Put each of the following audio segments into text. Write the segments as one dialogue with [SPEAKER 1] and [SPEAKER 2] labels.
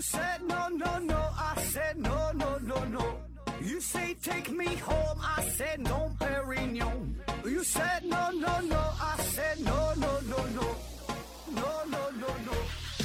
[SPEAKER 1] said no, no, no, I said no, no, no, no. You say take me home, I said no, Perignon. You said no, no, no, I said no, no, no, no. No, no, no, no.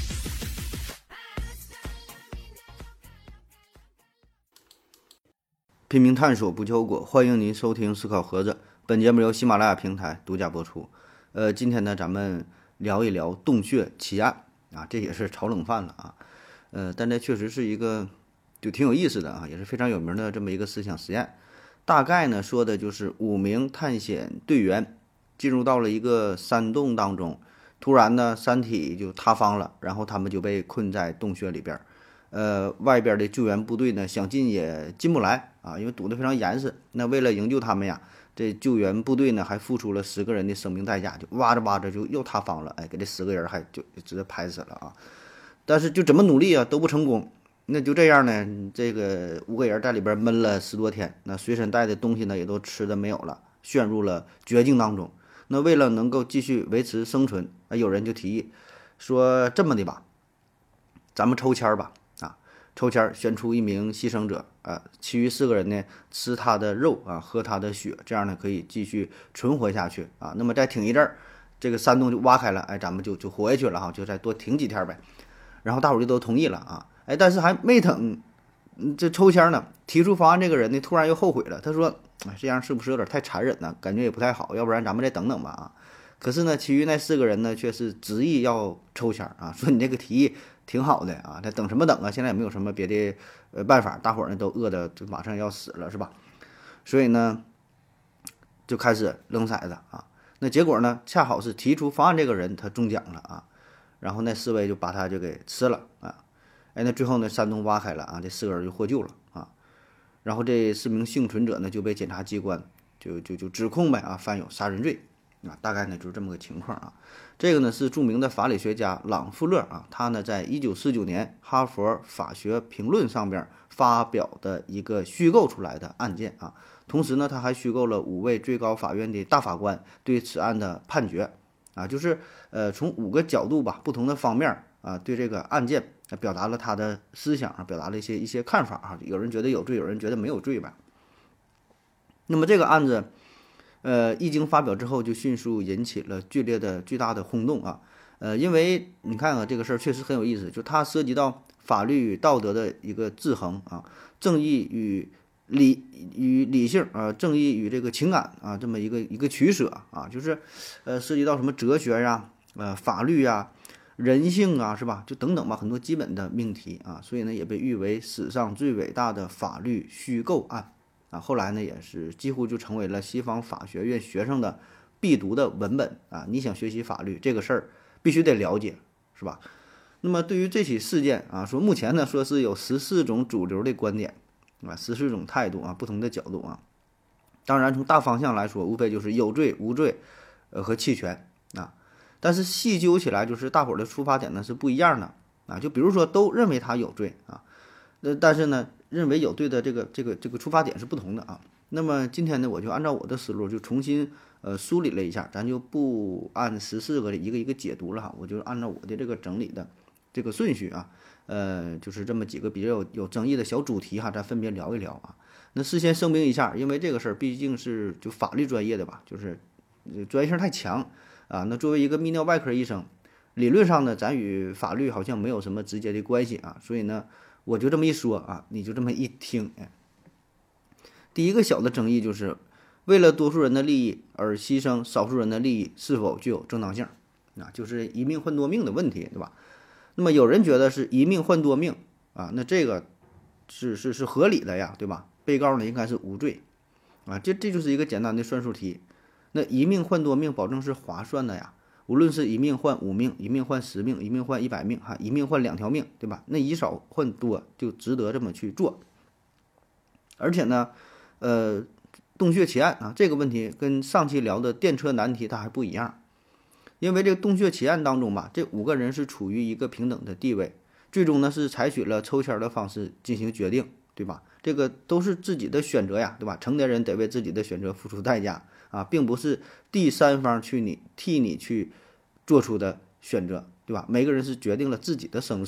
[SPEAKER 2] 拼命探索不求果，欢迎您收听思考盒子。本节目由喜马拉雅平台独家播出。今天呢，咱们聊一聊洞穴奇案啊，这也是炒冷饭了啊。但这确实是一个就挺有意思的啊，也是非常有名的这么一个思想实验。大概呢说的就是5名探险队员进入到了一个山洞当中，突然呢山体就塌方了，然后他们就被困在洞穴里边。外边的救援部队呢想进也进不来啊，因为堵得非常严实。那为了营救他们呀，这救援部队呢还付出了10个人的生命代价，就挖着挖着就又塌方了，哎，给这10个人还就直接拍死了啊。但是就怎么努力啊都不成功。那就这样呢，这个5个人在里边闷了10多天，那随身带的东西呢也都吃的没有了，陷入了绝境当中。那为了能够继续维持生存，有人就提议说这么的吧，咱们抽签吧。抽签选出1名牺牲者啊，其余4个人呢吃他的肉啊，喝他的血，这样呢可以继续存活下去啊。那么再挺一阵儿，这个山洞就挖开了，哎，咱们就活下去了哈，就再多挺几天呗。然后大伙儿就都同意了啊，哎，但是还没等这抽签呢，提出方案这个人呢突然又后悔了，他说，哎，这样是不是有点太残忍呢？感觉也不太好，要不然咱们再等等吧啊。可是呢，其余那4个人呢却是执意要抽签啊，说你这个提议挺好的啊，他等什么等啊？现在也没有什么别的办法，大伙儿呢都饿的就马上要死了，是吧？所以呢，就开始扔骰子啊。那结果呢，恰好是提出方案这个人他中奖了啊，然后那4位就把他就给吃了啊。哎，那最后呢，山洞挖开了啊，这4个人就获救了啊。然后这4名幸存者呢就被检察机关就指控呗啊，犯有杀人罪。啊，大概呢就是这么个情况啊。这个呢是著名的法理学家朗富勒啊，他呢在1949年哈佛法学评论上边发表的一个虚构出来的案件啊。同时呢，他还虚构了5位最高法院的大法官对此案的判决啊，就是从5个角度吧，不同的方面啊，对这个案件表达了他的思想啊，表达了一些看法啊。有人觉得有罪，有人觉得没有罪吧。那么这个案子。一经发表之后，就迅速引起了巨大的轰动啊！因为你看啊，这个事儿确实很有意思，就它涉及到法律与道德的一个制衡啊，正义与理性啊，正义与这个情感啊，这么一个取舍啊，就是涉及到什么哲学呀、法律呀、人性啊，是吧？就等等吧，很多基本的命题啊，所以呢，也被誉为史上最伟大的法律虚构案。啊，后来呢也是几乎就成为了西方法学院学生的必读的文本啊！你想学习法律这个事儿，必须得了解，是吧？那么对于这起事件啊，说目前呢说是有14种主流的观点啊，14种态度啊，不同的角度啊。当然从大方向来说，无非就是有罪、无罪，和弃权啊。但是细究起来，就是大伙儿的出发点呢是不一样的啊。就比如说都认为他有罪啊，但是呢。认为有罪的这个出发点是不同的啊。那么今天呢，我就按照我的思路就重新梳理了一下，咱就不按14个一个解读了哈，我就按照我的这个整理的这个顺序啊，就是这么几个比较有争议的小主题哈，咱分别聊一聊啊。那事先声明一下，因为这个事儿毕竟是就法律专业的吧，就是专业性太强啊。那作为一个泌尿外科医生，理论上呢，咱与法律好像没有什么直接的关系啊，所以呢。我就这么一说啊，你就这么一听，哎，第一个小的争议就是为了多数人的利益而牺牲少数人的利益是否具有正当性啊？就是一命换多命的问题，对吧？那么有人觉得是一命换多命啊，那这个是合理的呀，对吧？被告呢应该是无罪啊，这就是一个简单的算术题。那一命换多命，保证是划算的呀。无论是一命换5命，一命换10命，一命换100命，哈，一命换2条命，对吧？那以少换多就值得这么去做。而且呢，洞穴奇案啊，这个问题跟上期聊的电车难题它还不一样，因为这个洞穴奇案当中吧，这5个人是处于一个平等的地位，最终呢是采取了抽签的方式进行决定，对吧？这个都是自己的选择呀，对吧？成年人得为自己的选择付出代价啊，并不是第三方替你去做出的选择，对吧？每个人是决定了自己的生死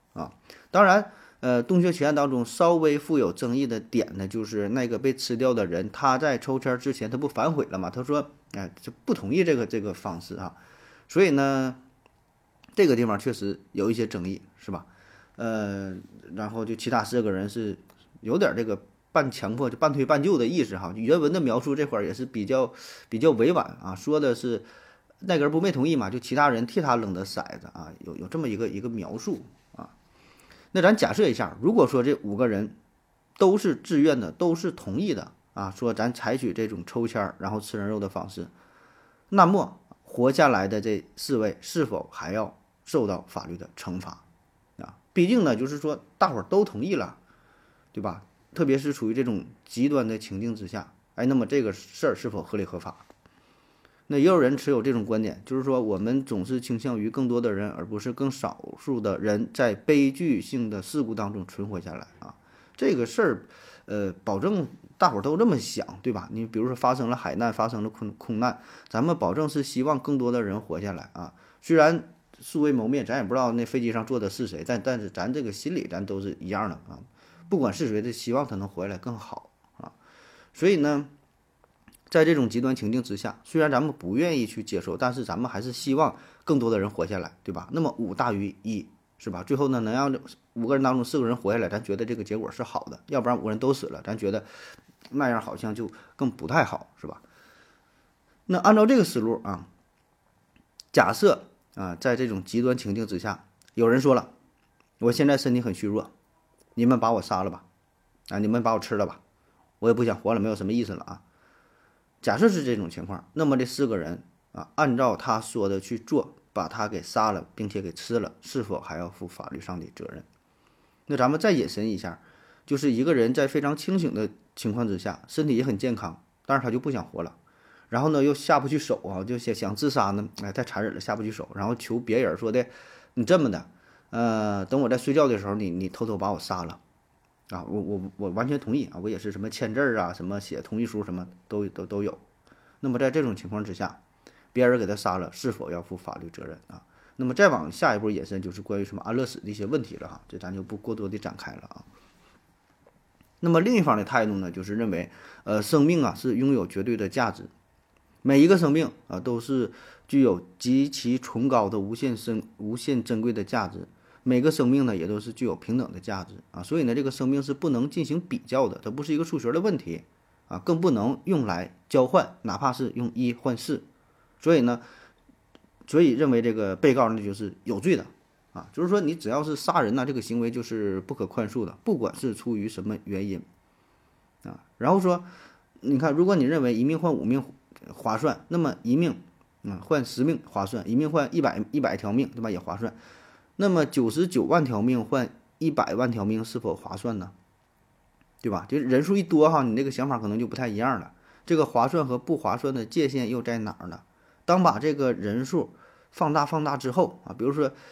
[SPEAKER 2] 啊。当然，洞穴奇案当中稍微富有争议的点呢，就是那个被吃掉的人，他在抽签之前他不反悔了吗？他说，哎，就不同意这个方式啊。所以呢，这个地方确实有一些争议，是吧？然后就其他4个人是有点这个半强迫、就半推半就的意思哈。原文的描述这块儿也是比较委婉啊，说的是那个人不没同意嘛，就其他人替他扔的骰子啊，有这么一个描述啊。那咱假设一下，如果说这5个人都是自愿的，都是同意的啊，说咱采取这种抽签儿然后吃人肉的方式，那么活下来的这4位是否还要受到法律的惩罚啊？毕竟呢，就是说大伙儿都同意了，对吧？特别是处于这种极端的情境之下，哎，那么这个事儿是否合理合法？那也有人持有这种观点，就是说我们总是倾向于更多的人，而不是更少数的人在悲剧性的事故当中存活下来啊。这个事儿，保证大伙儿都这么想，对吧？你比如说发生了海难，发生了空难，咱们保证是希望更多的人活下来啊。虽然素未谋面，咱也不知道那飞机上坐的是谁，但是咱这个心里咱都是一样的啊。不管是谁，都希望他能活下来更好啊。所以呢，在这种极端情境之下，虽然咱们不愿意去接受，但是咱们还是希望更多的人活下来，对吧？那么5大于1，是吧？最后呢，能让5个人当中4个人活下来，咱觉得这个结果是好的。要不然5个人都死了，咱觉得那样好像就更不太好，是吧？那按照这个思路啊，假设啊，在这种极端情境之下，有人说了，我现在身体很虚弱，你们把我杀了吧，啊，你们把我吃了吧，我也不想活了，没有什么意思了啊。假设是这种情况，那么这4个人啊，按照他说的去做，把他给杀了，并且给吃了，是否还要负法律上的责任？那咱们再引申一下，就是一个人在非常清醒的情况之下，身体也很健康，但是他就不想活了，然后呢又下不去手啊，就想自杀呢，哎，太残忍了，下不去手，然后求别人说的，你这么的，等我在睡觉的时候，你偷偷把我杀了。啊，我完全同意啊，我也是什么签字儿啊，什么写同意书，什么都有。那么在这种情况之下，别人给他杀了，是否要负法律责任啊？那么再往下一步延伸，就是关于什么安乐死的一些问题了哈，这咱就不过多的展开了啊。那么另一方的态度呢，就是认为，生命啊是拥有绝对的价值，每一个生命啊都是具有极其崇高的无限珍贵的价值。每个生命呢，也都是具有平等的价值啊，所以呢，这个生命是不能进行比较的，它不是一个数学的问题啊，更不能用来交换，哪怕是用1换4。所以呢，认为这个被告呢就是有罪的啊，就是说你只要是杀人呢，这个行为就是不可宽恕的，不管是出于什么原因啊。然后说，你看，如果你认为1命换5命划算，那么1命换10命划算，1命换100条命，对吧？也划算。那么99万条命换100万条命是否划算呢？对吧？就人数一多哈，你这个想法可能就不太一样了。这个划算和不划算的界限又在哪儿呢？当把这个人数放大之后啊，比如说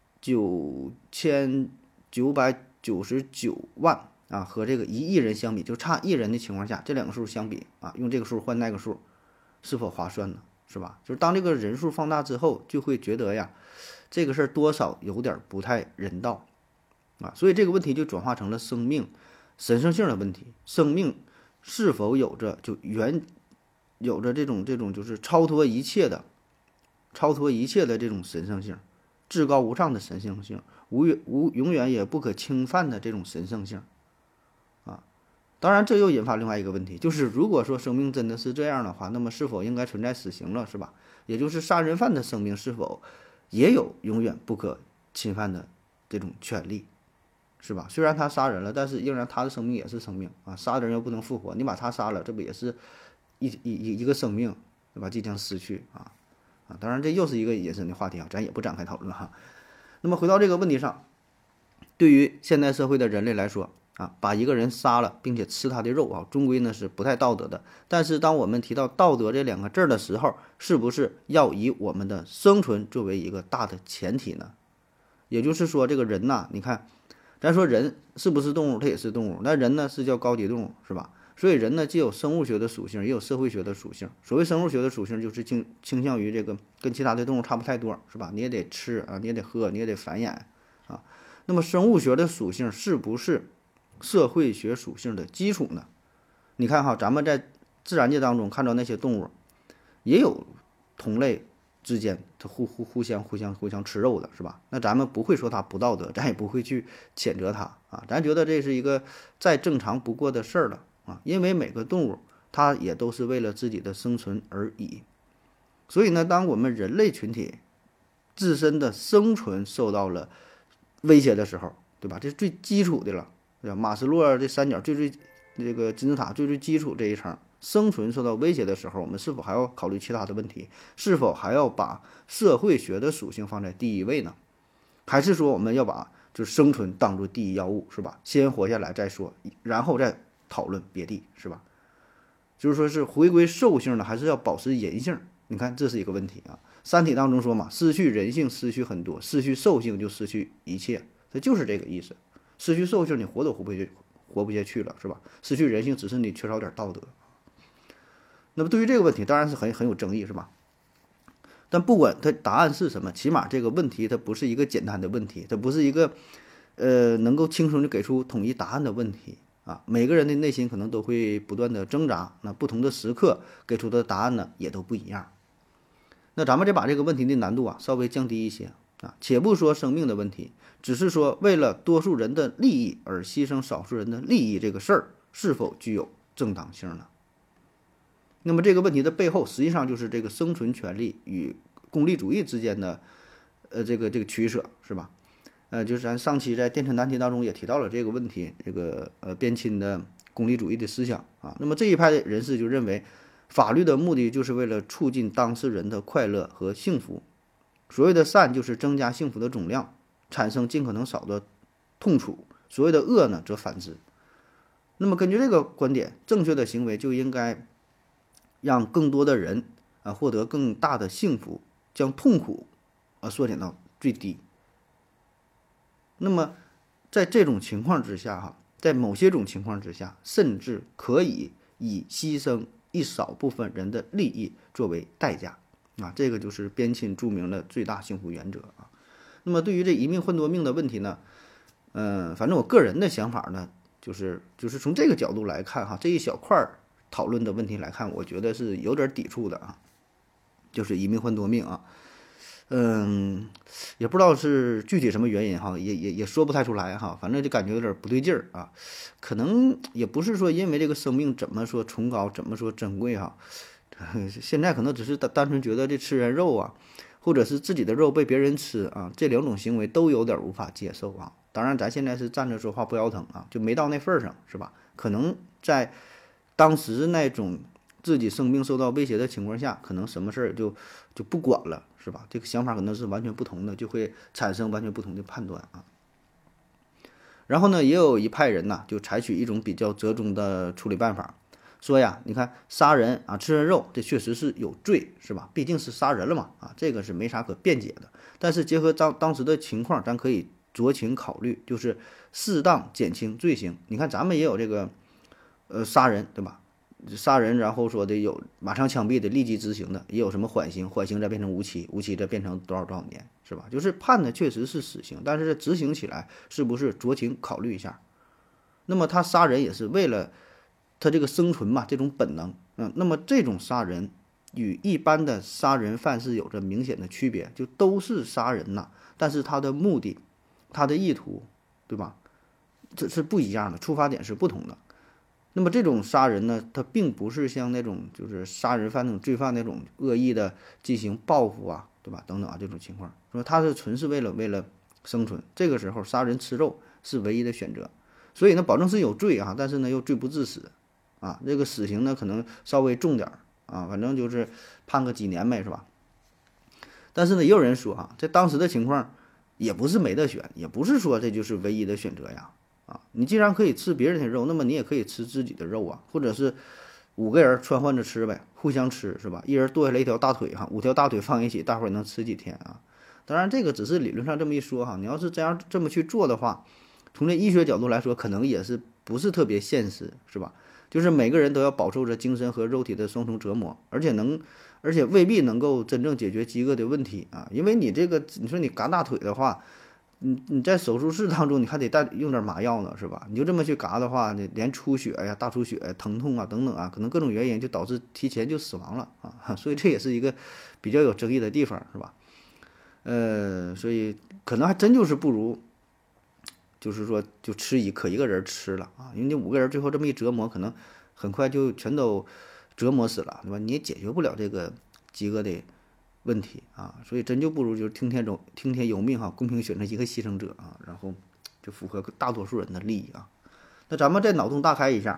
[SPEAKER 2] 9999万啊，和这个1亿人相比，就差1人的情况下，这2个数相比啊，用这个数换那个数，是否划算呢？是吧？就是当这个人数放大之后，就会觉得呀，这个事儿多少有点不太人道啊，所以这个问题就转化成了生命神圣性的问题。生命是否有着有着这种就是超脱一切的这种神圣性，至高无上的神圣性，永远也不可侵犯的这种神圣性啊。当然，这又引发另外一个问题，就是如果说生命真的是这样的话，那么是否应该存在死刑了，是吧？也就是杀人犯的生命是否也有永远不可侵犯的这种权利，是吧？虽然他杀人了，但是仍然他的生命也是生命啊！杀的人又不能复活，你把他杀了，这不也是一个生命，对吧？即将失去啊！当然这又是一个引申的话题啊，咱也不展开讨论哈。那么回到这个问题上，对于现代社会的人类来说啊，把一个人杀了并且吃他的肉啊，终归呢是不太道德的。但是当我们提到道德这2个字的时候，是不是要以我们的生存作为一个大的前提呢？也就是说，这个人呐，你看，咱说人是不是动物，它也是动物，那人呢是叫高级动物，是吧？所以人呢既有生物学的属性，也有社会学的属性。所谓生物学的属性，就是倾向于这个跟其他的动物差不太多，是吧？你也得吃啊，你也得喝，你也得繁衍啊。 那么生物学的属性是不是社会学属性的基础呢？你看哈，咱们在自然界当中看到那些动物，也有同类之间它互相吃肉的，是吧？那咱们不会说它不道德，咱也不会去谴责它啊，咱觉得这是一个再正常不过的事儿了啊，因为每个动物它也都是为了自己的生存而已。所以呢，当我们人类群体自身的生存受到了威胁的时候，对吧？这是最基础的了，对吧？马斯洛这三角最这个金字塔最基础这一层，生存受到威胁的时候，我们是否还要考虑其他的问题？是否还要把社会学的属性放在第一位呢？还是说我们要把就是生存当作第一要务，是吧？先活下来再说，然后再讨论别的，是吧？就是说是回归兽性呢，还是要保持人性？你看这是一个问题啊。三体当中说嘛，失去人性失去很多，失去兽性就失去一切，它就是这个意思。失去兽性你活都活不下去了，是吧？失去人性只是你缺少点道德。那么对于这个问题当然是很有争议，是吧？但不管它答案是什么，起码这个问题它不是一个简单的问题，它不是一个能够轻松就给出统一答案的问题啊。每个人的内心可能都会不断的挣扎，那不同的时刻给出的答案呢也都不一样。那咱们再把这个问题的难度啊稍微降低一些啊，且不说生命的问题，只是说为了多数人的利益而牺牲少数人的利益这个事儿是否具有正当性呢？那么这个问题的背后实际上就是这个生存权利与功利主义之间的这个取舍，是吧？就是咱上期在电车难题当中也提到了这个问题，这个边沁的功利主义的思想啊。那么这一派人士就认为，法律的目的就是为了促进当事人的快乐和幸福，所谓的善就是增加幸福的总量，产生尽可能少的痛楚，所谓的恶呢则反之。那么根据这个观点，正确的行为就应该让更多的人获得更大的幸福，将痛苦缩减到最低。那么在这种情况之下在某些种情况之下，甚至可以以牺牲一少部分人的利益作为代价啊，这个就是边沁著名的最大幸福原则啊。那么对于这一命换多命的问题呢，反正我个人的想法呢，就是从这个角度来看这一小块讨论的问题来看，我觉得是有点抵触的啊，就是一命换多命啊。也不知道是具体什么原因也说不太出来反正就感觉有点不对劲儿啊。可能也不是说因为这个生命怎么说崇高，怎么说珍贵现在可能只是单纯觉得这吃人肉或者是自己的肉被别人吃这两种行为都有点无法接受当然咱现在是站着说话不腰疼就没到那份儿上，是吧？可能在当时那种自己生命受到威胁的情况下，可能什么事儿就不管了，是吧？这个想法可能是完全不同的，就会产生完全不同的判断然后呢，也有一派人就采取一种比较折中的处理办法，说呀，你看杀人吃人肉，这确实是有罪，是吧？毕竟是杀人了嘛这个是没啥可辩解的。但是结合当时的情况，咱可以酌情考虑，就是适当减轻罪行。你看咱们也有这个杀人，对吧？杀人，然后说的有马上枪毙的、立即执行的，也有什么缓刑，缓刑再变成无期，无期再变成多少年，是吧？就是判的确实是死刑，但是执行起来是不是酌情考虑一下？那么他杀人也是为了他这个生存嘛，这种本能。那么这种杀人与一般的杀人犯是有着明显的区别，就都是杀人但是他的目的、他的意图，对吧？这是不一样的，出发点是不同的。那么这种杀人呢，它并不是像那种就是杀人犯那种罪犯那种恶意的进行报复对吧？等等这种情况，说他是纯是为了生存，这个时候杀人吃肉是唯一的选择。所以呢，保证是有罪但是呢又罪不至死这个死刑呢可能稍微重点反正就是判个几年呗，是吧？但是呢，也有人说在当时的情况也不是没得选，也不是说这就是唯一的选择呀。你既然可以吃别人的肉，那么你也可以吃自己的肉或者是5个人串换着吃呗，互相吃，是吧？一人剁下来一条大腿5条大腿放一起，大伙儿能吃几天当然这个只是理论上这么一说你要是这么去做的话，从这医学角度来说，可能也是不是特别现实，是吧？就是每个人都要饱受着精神和肉体的双重折磨，而且未必能够真正解决饥饿的问题因为你这个你说你嘎大腿的话， 你在手术室当中你还得用点麻药呢，是吧？你就这么去嘎的话，连出血呀、大出血、疼痛啊等等啊，可能各种原因就导致提前就死亡了啊，所以这也是一个比较有争议的地方，是吧？所以可能还真就是不如，就是说就可一个人吃了啊，因为你5个人最后这么一折磨，可能很快就全都折磨死了，对吧？你也解决不了这个饥饿的问题啊，所以真就不如就是听天由命哈，公平选择一个牺牲者啊，然后就符合大多数人的利益啊。那咱们再脑洞大开一下，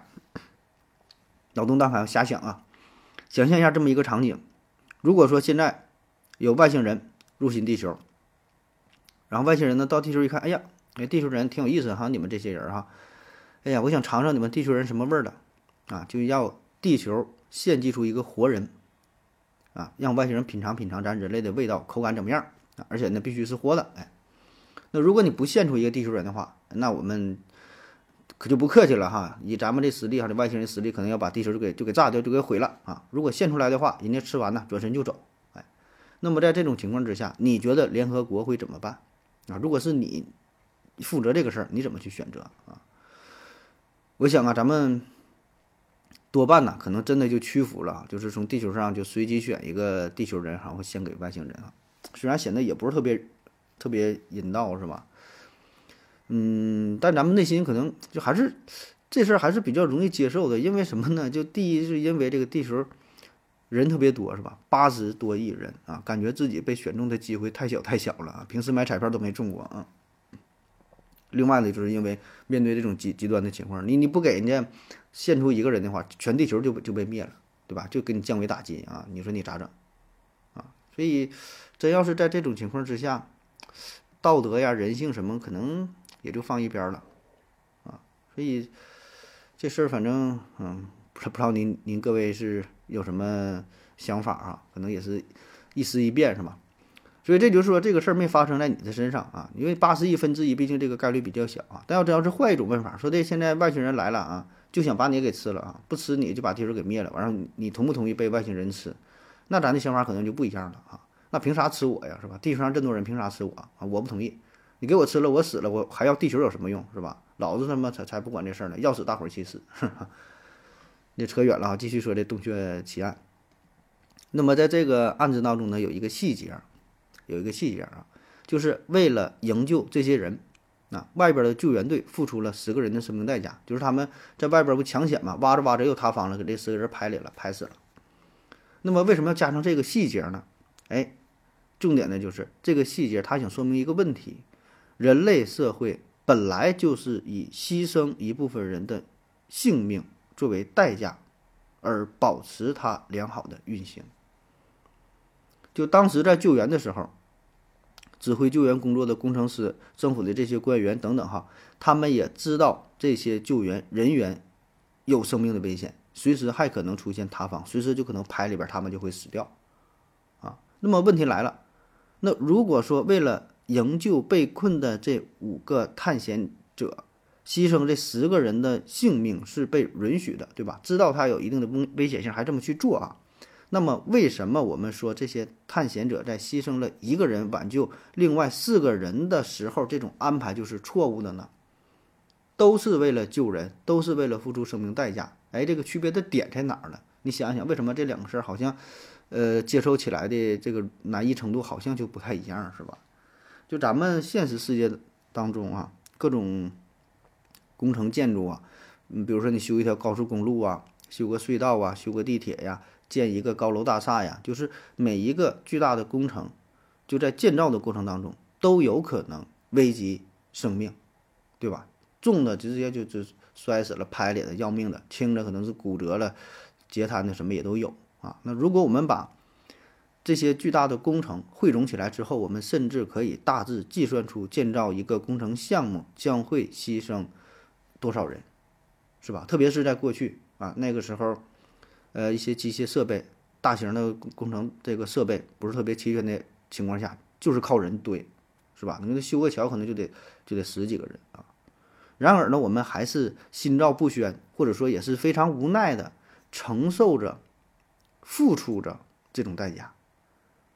[SPEAKER 2] 瞎想啊，想象一下这么一个场景，如果说现在有外星人入侵地球，然后外星人呢到地球一看，哎呀，地球人挺有意思哈，你们这些人哈，哎呀，我想尝尝你们地球人什么味儿的啊，就要地球献祭出一个活人啊，让外星人品尝品尝咱人类的味道，口感怎么样啊？而且呢，必须是活的。哎，那如果你不献出一个地球人的话，那我们可就不客气了哈，以咱们这实力哈，这外星人实力可能要把地球就给炸掉，就给毁了啊！如果献出来的话，人家吃完呢，转身就走。哎，那么在这种情况之下，你觉得联合国会怎么办啊？如果是你负责这个事儿，你怎么去选择啊？我想啊，咱们多半呢，可能真的就屈服了，就是从地球上就随机选一个地球人，然后献给外星人啊。虽然显得也不是特别人道，是吧？但咱们内心可能就还是这事儿还是比较容易接受的，因为什么呢？就第一是因为这个地球人特别多，是吧？80多亿人啊，感觉自己被选中的机会太小了啊，平时买彩票都没中过啊。另外呢，就是因为面对这种极端的情况，你不给人家献出一个人的话，全地球就被灭了，对吧？就给你降维打击啊！你说你咋整啊？所以，真要是在这种情况之下，道德呀、人性什么，可能也就放一边了啊。所以这事儿反正不知道您各位是有什么想法啊？可能也是一思一变，是吧？所以这就是说，这个事儿没发生在你的身上啊，因为80亿分之一，毕竟这个概率比较小啊。但要是换一种问法，说这现在外星人来了啊，就想把你给吃了啊，不吃你就把地球给灭了，完了你同不同意被外星人吃？那咱的想法可能就不一样了啊。那凭啥吃我呀，是吧？地球上这么多人，凭啥吃我啊？我不同意，你给我吃了，我死了，我还要地球有什么用，是吧？老子他妈才不管这事儿呢，要死大伙儿一起死。这扯远了啊，继续说这洞穴奇案。那么在这个案子当中呢，有一个细节啊，就是为了营救这些人啊，外边的救援队付出了10个人的生命代价，就是他们在外边不抢险嘛，挖着挖着又塌方了，给这10个人拍里了，拍死了。那么为什么要加上这个细节呢？哎，重点呢就是这个细节，它想说明一个问题：人类社会本来就是以牺牲一部分人的性命作为代价，而保持它良好的运行。就当时在救援的时候，指挥救援工作的工程师、政府的这些官员等等哈，他们也知道这些救援人员有生命的危险，随时还可能出现塌方，随时就可能拍里边他们就会死掉啊。那么问题来了，那如果说为了营救被困的这5个探险者，牺牲这10个人的性命是被允许的，对吧？知道他有一定的危险性，还这么去做啊？那么为什么我们说这些探险者在牺牲了1个人挽救另外4个人的时候，这种安排就是错误的呢？都是为了救人，都是为了付出生命代价。哎，这个区别的点在哪儿呢？你想想，为什么这2个事儿好像，接受起来的这个难易程度好像就不太一样，是吧？就咱们现实世界当中啊，各种工程建筑啊，比如说你修一条高速公路啊，修个隧道啊，修个地铁呀，建一个高楼大厦呀，就是每一个巨大的工程，就在建造的过程当中都有可能危及生命，对吧？重的直接就摔死了、拍脸的、要命的；轻的可能是骨折了、截瘫的，什么也都有啊。那如果我们把这些巨大的工程汇总起来之后，我们甚至可以大致计算出建造一个工程项目将会牺牲多少人，是吧？特别是在过去啊，那个时候，一些机械设备、大型的工程这个设备不是特别齐全的情况下，就是靠人堆，是吧？你修个桥可能就得10几个人啊。然而呢，我们还是心照不宣，或者说也是非常无奈的承受着、付出着这种代价。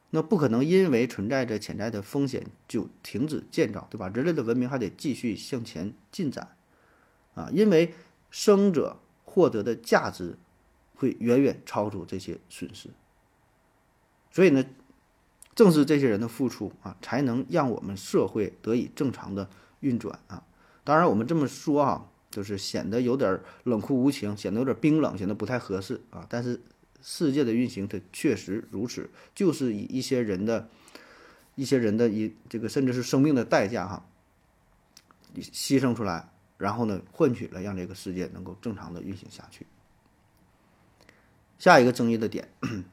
[SPEAKER 2] 那不可能因为存在着潜在的风险就停止建造，对吧？人类的文明还得继续向前进展啊，因为生者获得的价值会远远超出这些损失。所以呢，正是这些人的付出啊，才能让我们社会得以正常的运转啊。当然，我们这么说啊，就是显得有点冷酷无情，显得有点冰冷，显得不太合适啊。但是世界的运行它确实如此，就是以一些人的这个甚至是生命的代价哈，牺牲出来，然后呢换取了让这个世界能够正常的运行下去。下一个争议的点，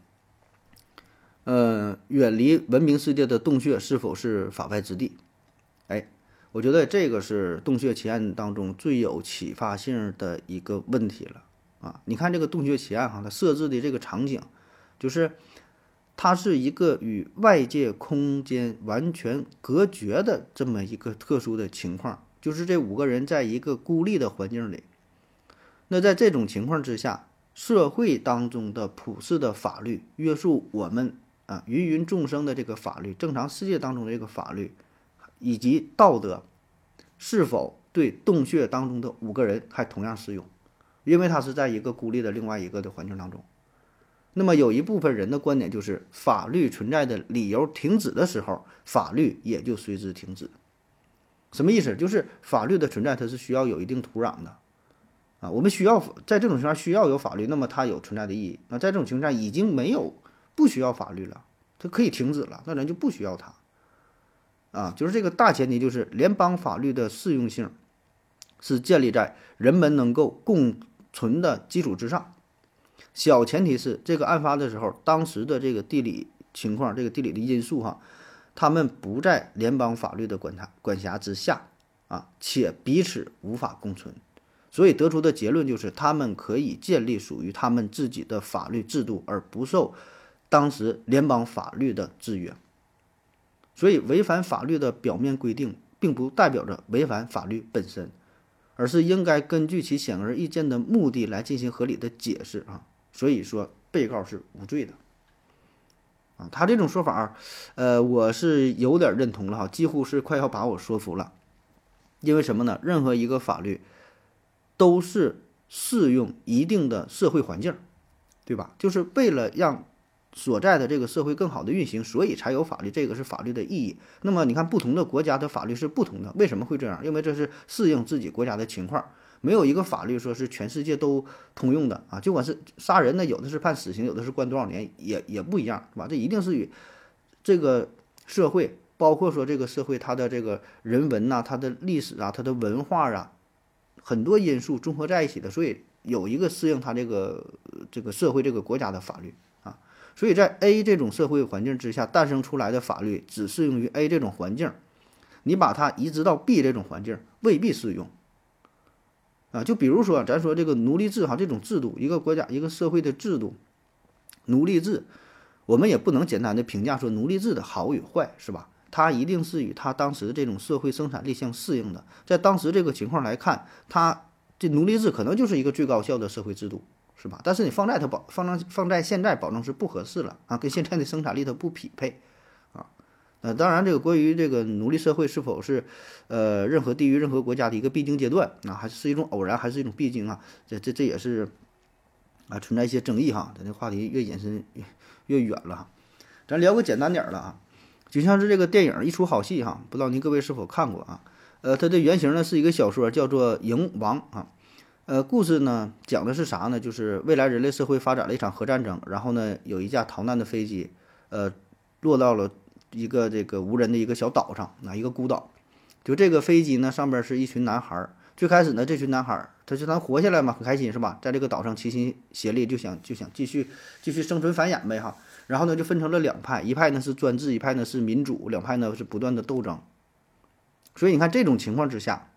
[SPEAKER 2] 远离文明世界的洞穴是否是法外之地？哎，我觉得这个是洞穴奇案当中最有启发性的一个问题了啊！你看这个洞穴奇案哈，它设置的这个场景，就是它是一个与外界空间完全隔绝的这么一个特殊的情况，就是这5个人在一个孤立的环境里。那在这种情况之下，社会当中的普世的法律约束我们啊芸芸众生的这个法律，正常世界当中的这个法律以及道德，是否对洞穴当中的5个人还同样适用？因为他是在一个孤立的另外一个的环境当中。那么有一部分人的观点就是，法律存在的理由停止的时候，法律也就随之停止。什么意思？就是法律的存在它是需要有一定土壤的啊，我们需要在这种情况下需要有法律，那么它有存在的意义。那在这种情况下已经不需要法律了，它可以停止了，那咱就不需要它啊。就是这个大前提就是联邦法律的适用性是建立在人们能够共存的基础之上。小前提是这个案发的时候，当时的这个地理情况，这个地理的因素哈，他们不在联邦法律的管辖之下啊，且彼此无法共存，所以得出的结论就是他们可以建立属于他们自己的法律制度，而不受当时联邦法律的制约。所以违反法律的表面规定，并不代表着违反法律本身，而是应该根据其显而易见的目的来进行合理的解释啊。所以说被告是无罪的啊。他这种说法我是有点认同了哈，几乎是快要把我说服了。因为什么呢？任何一个法律都是适用一定的社会环境，对吧？就是为了让所在的这个社会更好的运行，所以才有法律，这个是法律的意义。那么你看不同的国家的法律是不同的，为什么会这样？因为这是适应自己国家的情况，没有一个法律说是全世界都通用的啊。就管是杀人呢，有的是判死刑，有的是关多少年，也不一样，是吧？这一定是与这个社会，包括说这个社会它的这个人文呐、它的历史啊、它的文化啊，很多因素综合在一起的，所以有一个适应它这个社会这个国家的法律啊。所以在 A 这种社会环境之下诞生出来的法律只适用于 A 这种环境，你把它移植到 B 这种环境未必适用啊。就比如说咱说这个奴隶制哈，这种制度，一个国家一个社会的制度，奴隶制，我们也不能简单的评价说奴隶制的好与坏，是吧？它一定是与它当时的这种社会生产力相适应的。在当时这个情况来看，它这奴隶制可能就是一个最高效的社会制度，是吧？但是你放在现在，保证是不合适了啊，跟现在的生产力它不匹配啊。当然，这个关于这个奴隶社会是否是任何地域、任何国家的一个必经阶段啊，还是一种偶然，还是一种必经啊？这也是啊存在一些争议哈。咱这话题越延伸越远了哈。咱聊个简单点儿的啊，就像是这个电影一出好戏哈，不知道您各位是否看过啊？它的原型呢是一个小说，叫做《蝇王》啊。故事呢讲的是啥呢？就是未来人类社会发展了一场核战争，然后呢有一架逃难的飞机，落到了一个这个无人的一个小岛上，一个孤岛。就这个飞机呢上边是一群男孩，最开始呢这群男孩他就能活下来嘛，很开心是吧？在这个岛上齐心协力，就想继续生存繁衍呗哈。然后呢就分成了2派，一派呢是专制，一派呢是民主，两派呢是不断的斗争。所以你看这种情况之下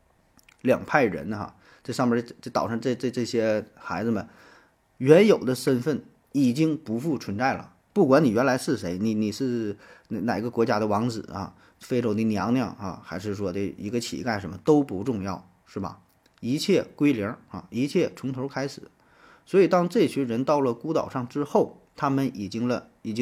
[SPEAKER 2] ，2派人哈，这上面这岛上这些孩子们原有的身份已经不复存在了。不管你原来是谁，你是哪个国家的王子啊，非洲的娘娘啊，还是说的一个乞丐，什么都不重要，是吧？一切归零啊，一切从头开始。所以当这群人到了孤岛上之后，他们已经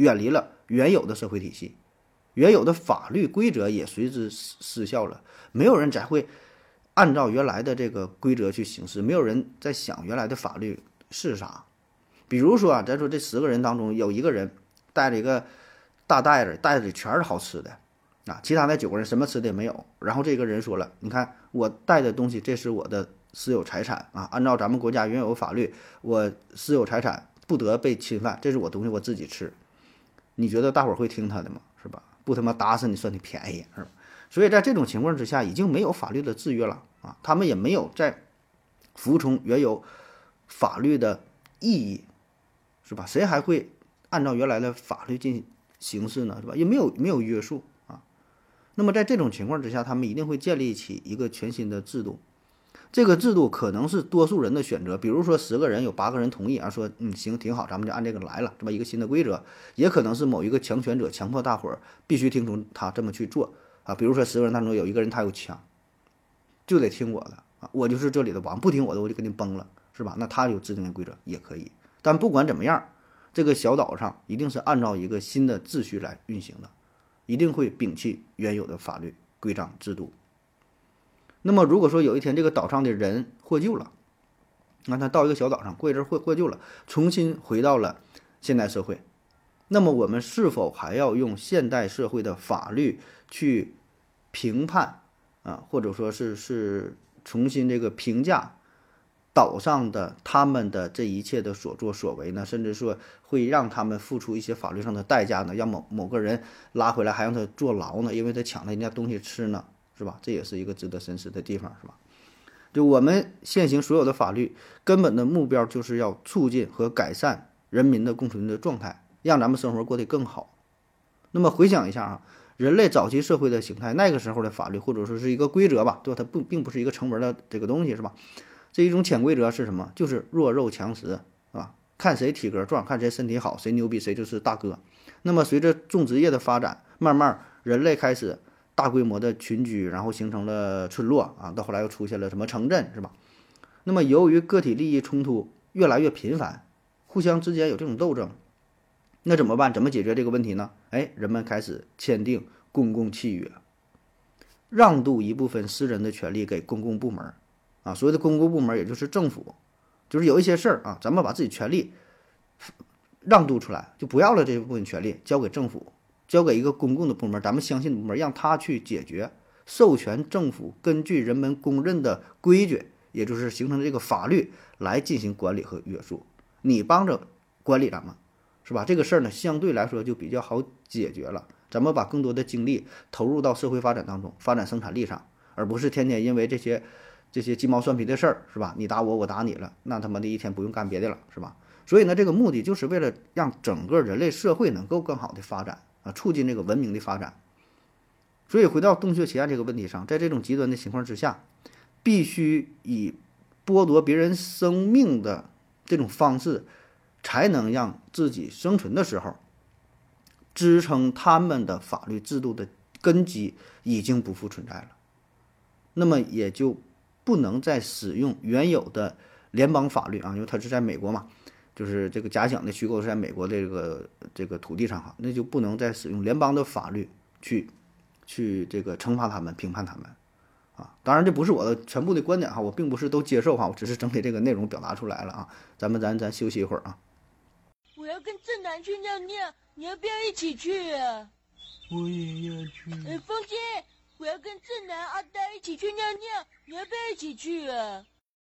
[SPEAKER 2] 远离了原有的社会体系，原有的法律规则也随之失效了。没有人再会按照原来的这个规则去行事，没有人在想原来的法律是啥。比如说啊，咱说这10个人当中有一个人带着一个大袋子，袋子里全是好吃的啊，其他那9个人什么吃的也没有。然后这个人说了，你看我带的东西，这是我的私有财产啊，按照咱们国家原有法律，我私有财产不得被侵犯，这是我东西，我自己吃。你觉得大伙儿会听他的吗？是吧？不他妈打死你算你便宜，是吧？所以在这种情况之下，已经没有法律的制约了啊，他们也没有在服从原有法律的意义，是吧？谁还会按照原来的法律进行行事呢？是吧？也没有约束啊。那么在这种情况之下，他们一定会建立起一个全新的制度。这个制度可能是多数人的选择，比如说10个人有8个人同意啊，说行挺好，咱们就按这个来了，这么一个新的规则。也可能是某一个强权者强迫大伙儿必须听从他这么去做啊，比如说10个人当中有1个人他有枪，就得听我的啊，我就是这里的王，不听我的我就给你崩了，是吧？那他有制定的规则也可以，但不管怎么样，这个小岛上一定是按照一个新的秩序来运行的，一定会摒弃原有的法律规章制度。那么如果说有一天这个岛上的人获救了，那他到一个小岛上过一阵获救了，重新回到了现代社会，那么我们是否还要用现代社会的法律去评判啊，或者说是重新这个评价岛上的他们的这一切的所作所为呢？甚至说会让他们付出一些法律上的代价呢？让某个人拉回来还让他坐牢呢？因为他抢了人家东西吃呢？是吧？这也是一个值得深思的地方，是吧？就我们现行所有的法律，根本的目标就是要促进和改善人民的共存的状态，让咱们生活过得更好。那么回想一下啊，人类早期社会的形态，那个时候的法律或者说是一个规则吧，对吧？它并不是一个成文的这个东西，是吧？这一种潜规则是什么？就是弱肉强食，是吧？看谁体格壮，看谁身体好，谁牛逼，谁就是大哥。那么随着种植业的发展，慢慢人类开始大规模的群居，然后形成了村落啊，到后来又出现了什么城镇，是吧？那么由于个体利益冲突越来越频繁，互相之间有这种斗争，那怎么办？怎么解决这个问题呢？人们开始签订公共契约，让渡一部分私人的权利给公共部门啊。所谓的公共部门也就是政府，就是有一些事儿啊，咱们把自己权利让渡出来，就不要了这部分权利，交给政府，交给一个公共的部门，咱们相信的部门，让他去解决，授权政府根据人们公认的规矩，也就是形成的这个法律来进行管理和约束。你帮着管理咱们，是吧？这个事儿呢，相对来说就比较好解决了。咱们把更多的精力投入到社会发展当中，发展生产力上，而不是天天因为这些鸡毛蒜皮的事儿，是吧？你打我，我打你了，那他妈的一天不用干别的了，是吧？所以呢，这个目的就是为了让整个人类社会能够更好的发展啊，促进这个文明的发展。所以回到洞穴奇案这个问题上，在这种极端的情况之下，必须以剥夺别人生命的这种方式，才能让自己生存的时候，支撑他们的法律制度的根基已经不复存在了。那么也就不能再使用原有的联邦法律啊，因为它是在美国嘛，就是这个假想的虚构是在美国这个土地上哈，那就不能再使用联邦的法律去这个惩罚他们、评判他们啊。当然这不是我的全部的观点哈，我并不是都接受哈，我只是整体这个内容表达出来了啊。咱休息一会儿啊。
[SPEAKER 3] 我要跟正南去尿尿，你要不要一起去啊？
[SPEAKER 4] 我也要去。
[SPEAKER 3] 风姐，我要跟正南、阿呆一起去尿尿，你要不要一起去啊？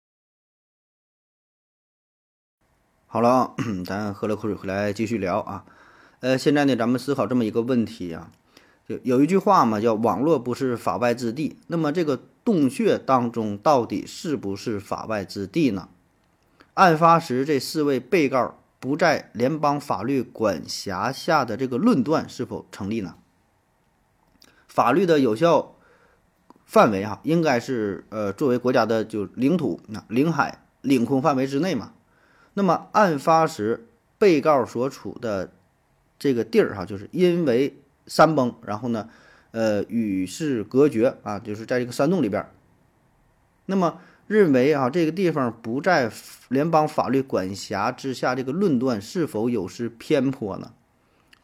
[SPEAKER 2] 好了啊，咱喝了口水回来继续聊啊。现在呢，咱们思考这么一个问题啊，就有一句话嘛，叫网络不是法外之地。那么这个洞穴当中到底是不是法外之地呢？案发时这4位被告不在联邦法律管辖下的这个论断是否成立呢？法律的有效范围哈，应该是作为国家的就领土、领海、领空范围之内嘛。那么案发时被告所处的这个地儿哈，就是因为山崩，然后呢，与世隔绝啊，就是在这个山洞里边。那么认为啊，这个地方不在联邦法律管辖之下，这个论断是否有失偏颇呢？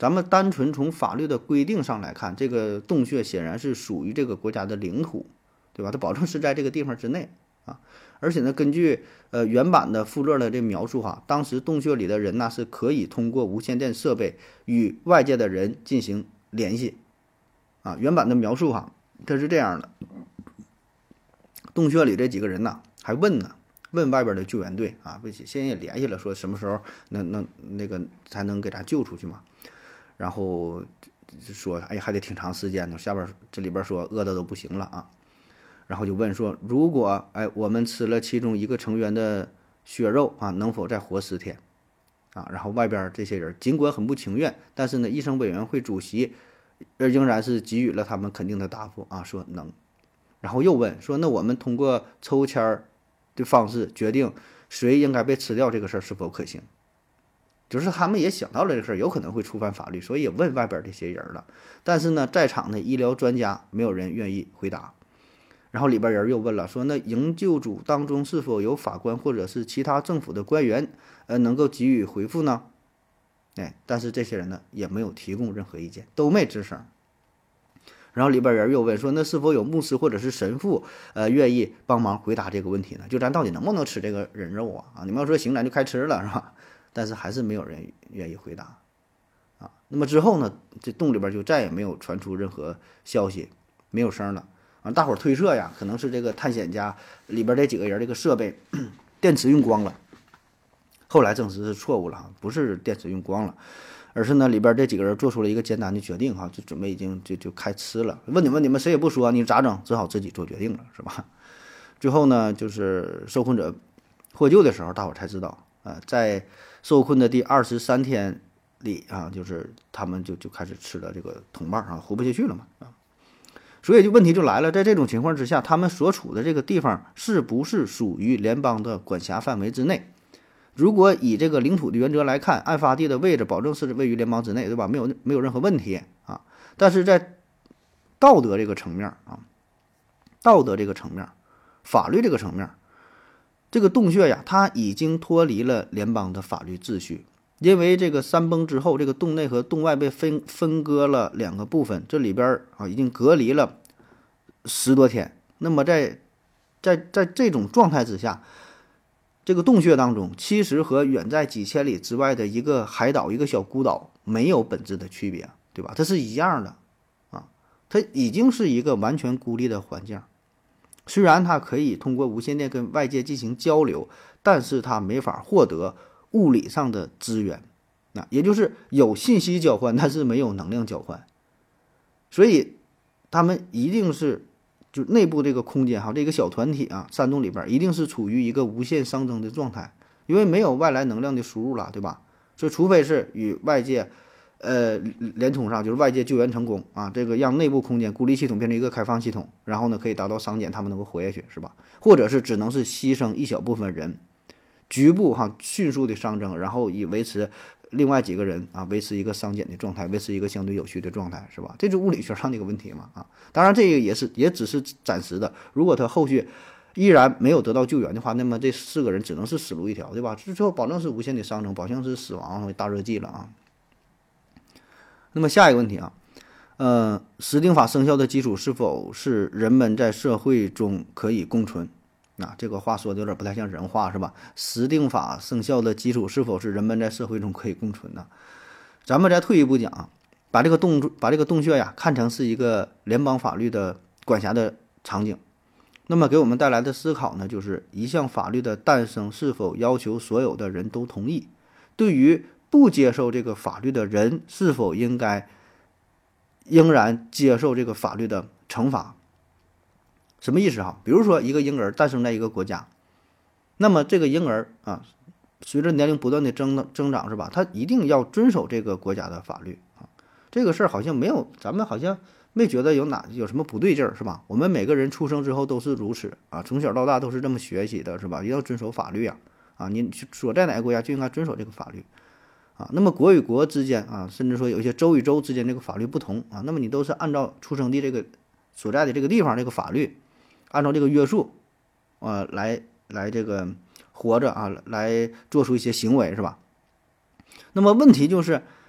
[SPEAKER 2] 咱们单纯从法律的规定上来看，这个洞穴显然是属于这个国家的领土，对吧？它保证是在这个地方之内啊。而且呢，根据原版的富勒的这描述哈，当时洞穴里的人呢是可以通过无线电设备与外界的人进行联系啊。原版的描述哈，它是这样的：洞穴里这几个人呢还问外边的救援队啊，现在也联系了，说什么时候那个才能给咱救出去嘛。然后说，哎，还得挺长时间呢。下边这里边说饿的都不行了啊，然后就问说，如果我们吃了其中一个成员的血肉啊，能否再活10天啊？然后外边这些人尽管很不情愿，但是呢，医生委员会主席仍然是给予了他们肯定的答复啊，说能。然后又问说，那我们通过抽签的方式决定谁应该被吃掉，这个事儿是否可行？就是他们也想到了这个事儿有可能会触犯法律，所以也问外边这些人了。但是呢，在场的医疗专家没有人愿意回答。然后里边人又问了，说那营救组当中是否有法官或者是其他政府的官员，能够给予回复呢？但是这些人呢也没有提供任何意见，都没吱声。然后里边人又问说，那是否有牧师或者是神父，愿意帮忙回答这个问题呢？就咱到底能不能吃这个人肉啊？你们要说行，咱就开吃了，是吧？但是还是没有人愿意回答啊。那么之后呢，这洞里边就再也没有传出任何消息，没有声了啊。大伙儿推测呀，可能是这个探险家里边这几个人这个设备电池用光了。后来证实是错误了，不是电池用光了，而是呢里边这几个人做出了一个简单的决定哈，就准备已经就开吃了。问你们谁也不说，你咋整？只好自己做决定了，是吧？最后呢，就是受困者获救的时候，大伙儿才知道在受困的第23天里啊，就是他们就开始吃了这个同伴啊，活不下去了嘛啊。所以就问题就来了，在这种情况之下，他们所处的这个地方是不是属于联邦的管辖范围之内？如果以这个领土的原则来看，案发地的位置保证是位于联邦之内，对吧？没有任何问题啊。但是在道德这个层面啊，法律这个层面，这个洞穴呀，它已经脱离了联邦的法律秩序。因为这个山崩之后，这个洞内和洞外被分割了2个部分，这里边啊已经隔离了10多天。那么在这种状态之下，这个洞穴当中其实和远在几千里之外的一个海岛、一个小孤岛没有本质的区别，对吧？它是一样的啊，它已经是一个完全孤立的环境。虽然它可以通过无线电跟外界进行交流，但是它没法获得物理上的资源，也就是有信息交换，但是没有能量交换。所以他们一定是就内部这个空间这个小团体啊，山洞里边一定是处于一个无限熵增的状态，因为没有外来能量的输入了，对吧？所以除非是与外界连通上，就是外界救援成功啊，这个让内部空间孤立系统变成一个开放系统，然后呢可以达到商检，他们能够活下去，是吧？或者是只能是牺牲一小部分人，局部迅速的熵增，然后以维持另外几个人啊维持一个商检的状态，维持一个相对有序的状态，是吧？这就是物理学上的一个问题嘛啊。当然这个也只是暂时的，如果他后续依然没有得到救援的话，那么这4个人只能是死路一条，对吧？最后保证是无限的熵增，保证是死亡大热季了啊。那么下一个问题啊，实定法生效的基础是否是人们在社会中可以共存？这个话说的有点不太像人话，是吧？实定法生效的基础是否是人们在社会中可以共存呢？咱们再退一步讲，把这个洞穴呀看成是一个联邦法律的管辖的场景，那么给我们带来的思考呢，就是一项法律的诞生是否要求所有的人都同意？对于不接受这个法律的人，是否应然接受这个法律的惩罚？什么意思比如说一个婴儿诞生在一个国家，那么这个婴儿啊，随着年龄不断的增长，是吧？他一定要遵守这个国家的法律啊。这个事儿好像咱们好像没觉得有什么不对劲儿，是吧？我们每个人出生之后都是如此啊，从小到大都是这么学习的，是吧？一定要遵守法律啊，你所在哪个国家就应该遵守这个法律。那么国与国之间啊，甚至说有一些州与州之间这个法律不同啊，那么你都是按照出生地这个所在的这个地方这个法律，按照这个约束来这个活着啊，来做出一些行为，是吧？那么问题就是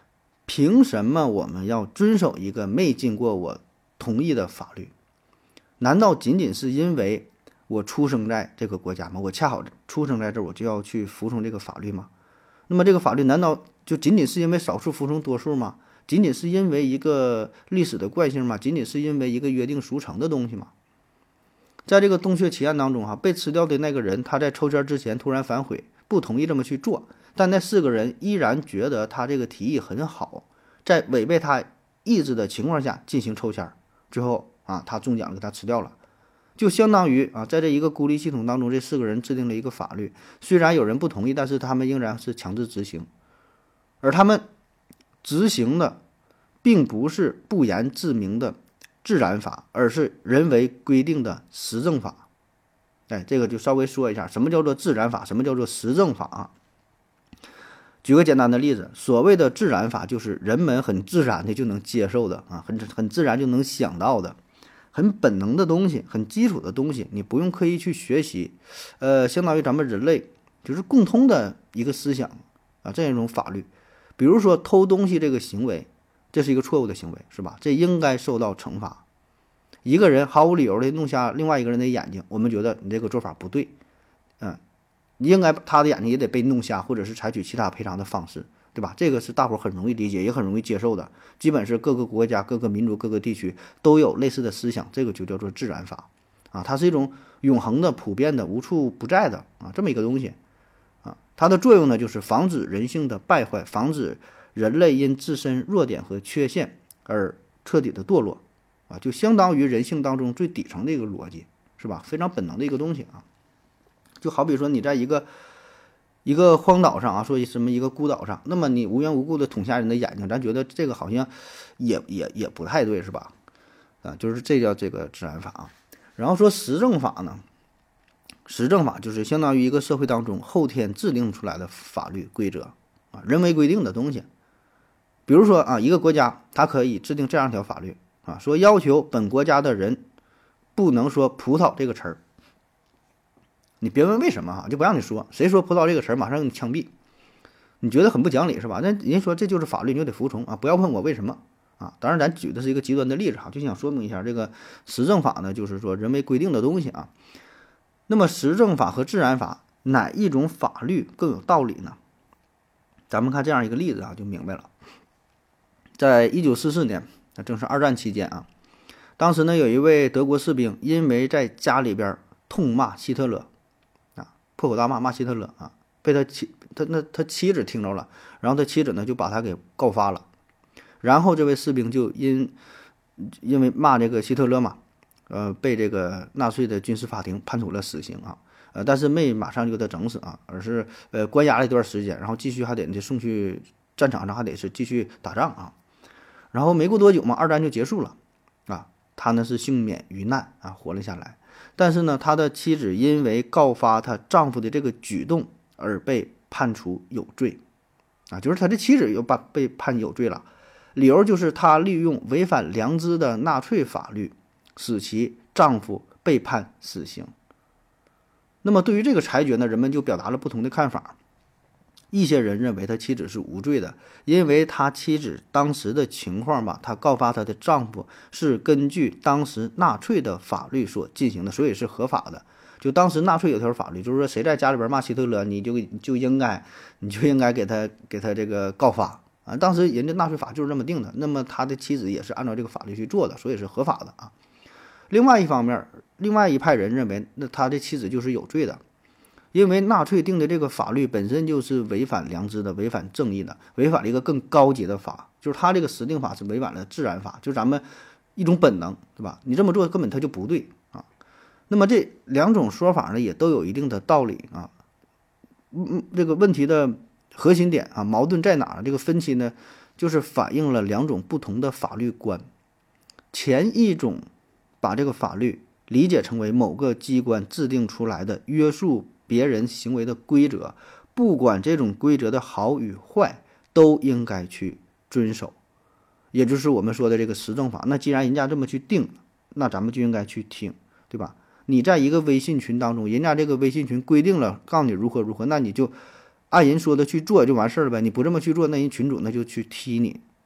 [SPEAKER 2] 凭什么我们要遵守一个没经过我同意的法律？难道仅仅是因为我出生在这个国家吗？我恰好出生在这儿，我就要去服从这个法律吗？那么这个法律难道就仅仅是因为少数服从多数吗？仅仅是因为一个历史的惯性吗？仅仅是因为一个约定俗成的东西吗？在这个洞穴奇案当中被吃掉的那个人，他在抽签之前突然反悔，不同意这么去做，但那4个人依然觉得他这个提议很好，在违背他意志的情况下进行抽签，最后他中奖了，给他吃掉了。就相当于在这一个孤立系统当中，这4个人制定了一个法律，虽然有人不同意，但是他们仍然是强制执行，而他们执行的并不是不言自明的自然法，而是人为规定的实证法。这个就稍微说一下，什么叫做自然法，什么叫做实证法啊？举个简单的例子，所谓的自然法就是人们很自然的就能接受的很自然就能想到的，很本能的东西，很基础的东西，你不用刻意去学习，相当于咱们人类就是共通的一个思想这样一种法律。比如说偷东西这个行为，这是一个错误的行为，是吧？这应该受到惩罚。一个人毫无理由的弄瞎另外一个人的眼睛，我们觉得你这个做法不对，应该他的眼睛也得被弄瞎，或者是采取其他赔偿的方式，对吧？这个是大伙很容易理解，也很容易接受的，基本是各个国家、各个民族、各个地区都有类似的思想，这个就叫做自然法它是一种永恒的、普遍的、无处不在的这么一个东西它的作用呢，就是防止人性的败坏，防止人类因自身弱点和缺陷而彻底的堕落就相当于人性当中最底层的一个逻辑，是吧？非常本能的一个东西就好比说你在一个荒岛上说什么一个孤岛上，那么你无缘无故的捅瞎人的眼睛，咱觉得这个好像也不太对，是吧？就是这叫这个自然法然后说实证法呢，实证法就是相当于一个社会当中后天制定出来的法律规则人为规定的东西。比如说一个国家它可以制定这样一条法律说要求本国家的人不能说葡萄这个词儿。你别问为什么就不让你说，谁说葡萄这个词儿马上给你枪毙，你觉得很不讲理是吧？那人说这就是法律，你就得服从不要问我为什么当然咱举的是一个极端的例子就想说明一下这个实证法呢，就是说人为规定的东西那么实证法和自然法哪一种法律更有道理呢？咱们看这样一个例子就明白了。在1944年，那正是2战期间当时呢有一位德国士兵因为在家里边痛骂希特勒破口大骂希特勒被他妻子听着了，然后他妻子呢就把他给告发了，然后这位士兵就因为骂这个希特勒嘛，被这个纳粹的军事法庭判处了死刑但是没马上就给他整死而是关押了一段时间，然后继续还得送去战场上，还得是继续打仗然后没过多久嘛，2战就结束了他呢是幸免于难活了下来。但是呢他的妻子因为告发她丈夫的这个举动而被判处有罪就是他的妻子又被判有罪了，理由就是她利用违反良知的纳粹法律使其丈夫被判死刑。那么对于这个裁决呢，人们就表达了不同的看法。一些人认为他妻子是无罪的，因为他妻子当时的情况吧，他告发他的丈夫是根据当时纳粹的法律所进行的，所以是合法的。就当时纳粹有条法律，就是说谁在家里边骂希特勒，你就应该给他这个告发当时人家纳粹法就是这么定的，那么他的妻子也是按照这个法律去做的，所以是合法的另外一方面，另外一派人认为那他的妻子就是有罪的，因为纳粹定的这个法律本身就是违反良知的，违反正义的，违反了一个更高级的法，就是他这个实定法是违反了自然法，就是咱们一种本能，对吧？你这么做根本他就不对那么这两种说法呢，也都有一定的道理这个问题的核心点矛盾在哪儿？这个分歧呢，就是反映了两种不同的法律观。前一种把这个法律理解成为某个机关制定出来的约束别人行为的规则，不管这种规则的好与坏，都应该去遵守，也就是我们说的这个实证法。那既然人家这么去定，那咱们就应该去听，对吧？你在一个微信群当中，人家这个微信群规定了告诉你如何如何，那你就按人说的去做就完事儿呗。你不这么去做，那人群主那就去踢你，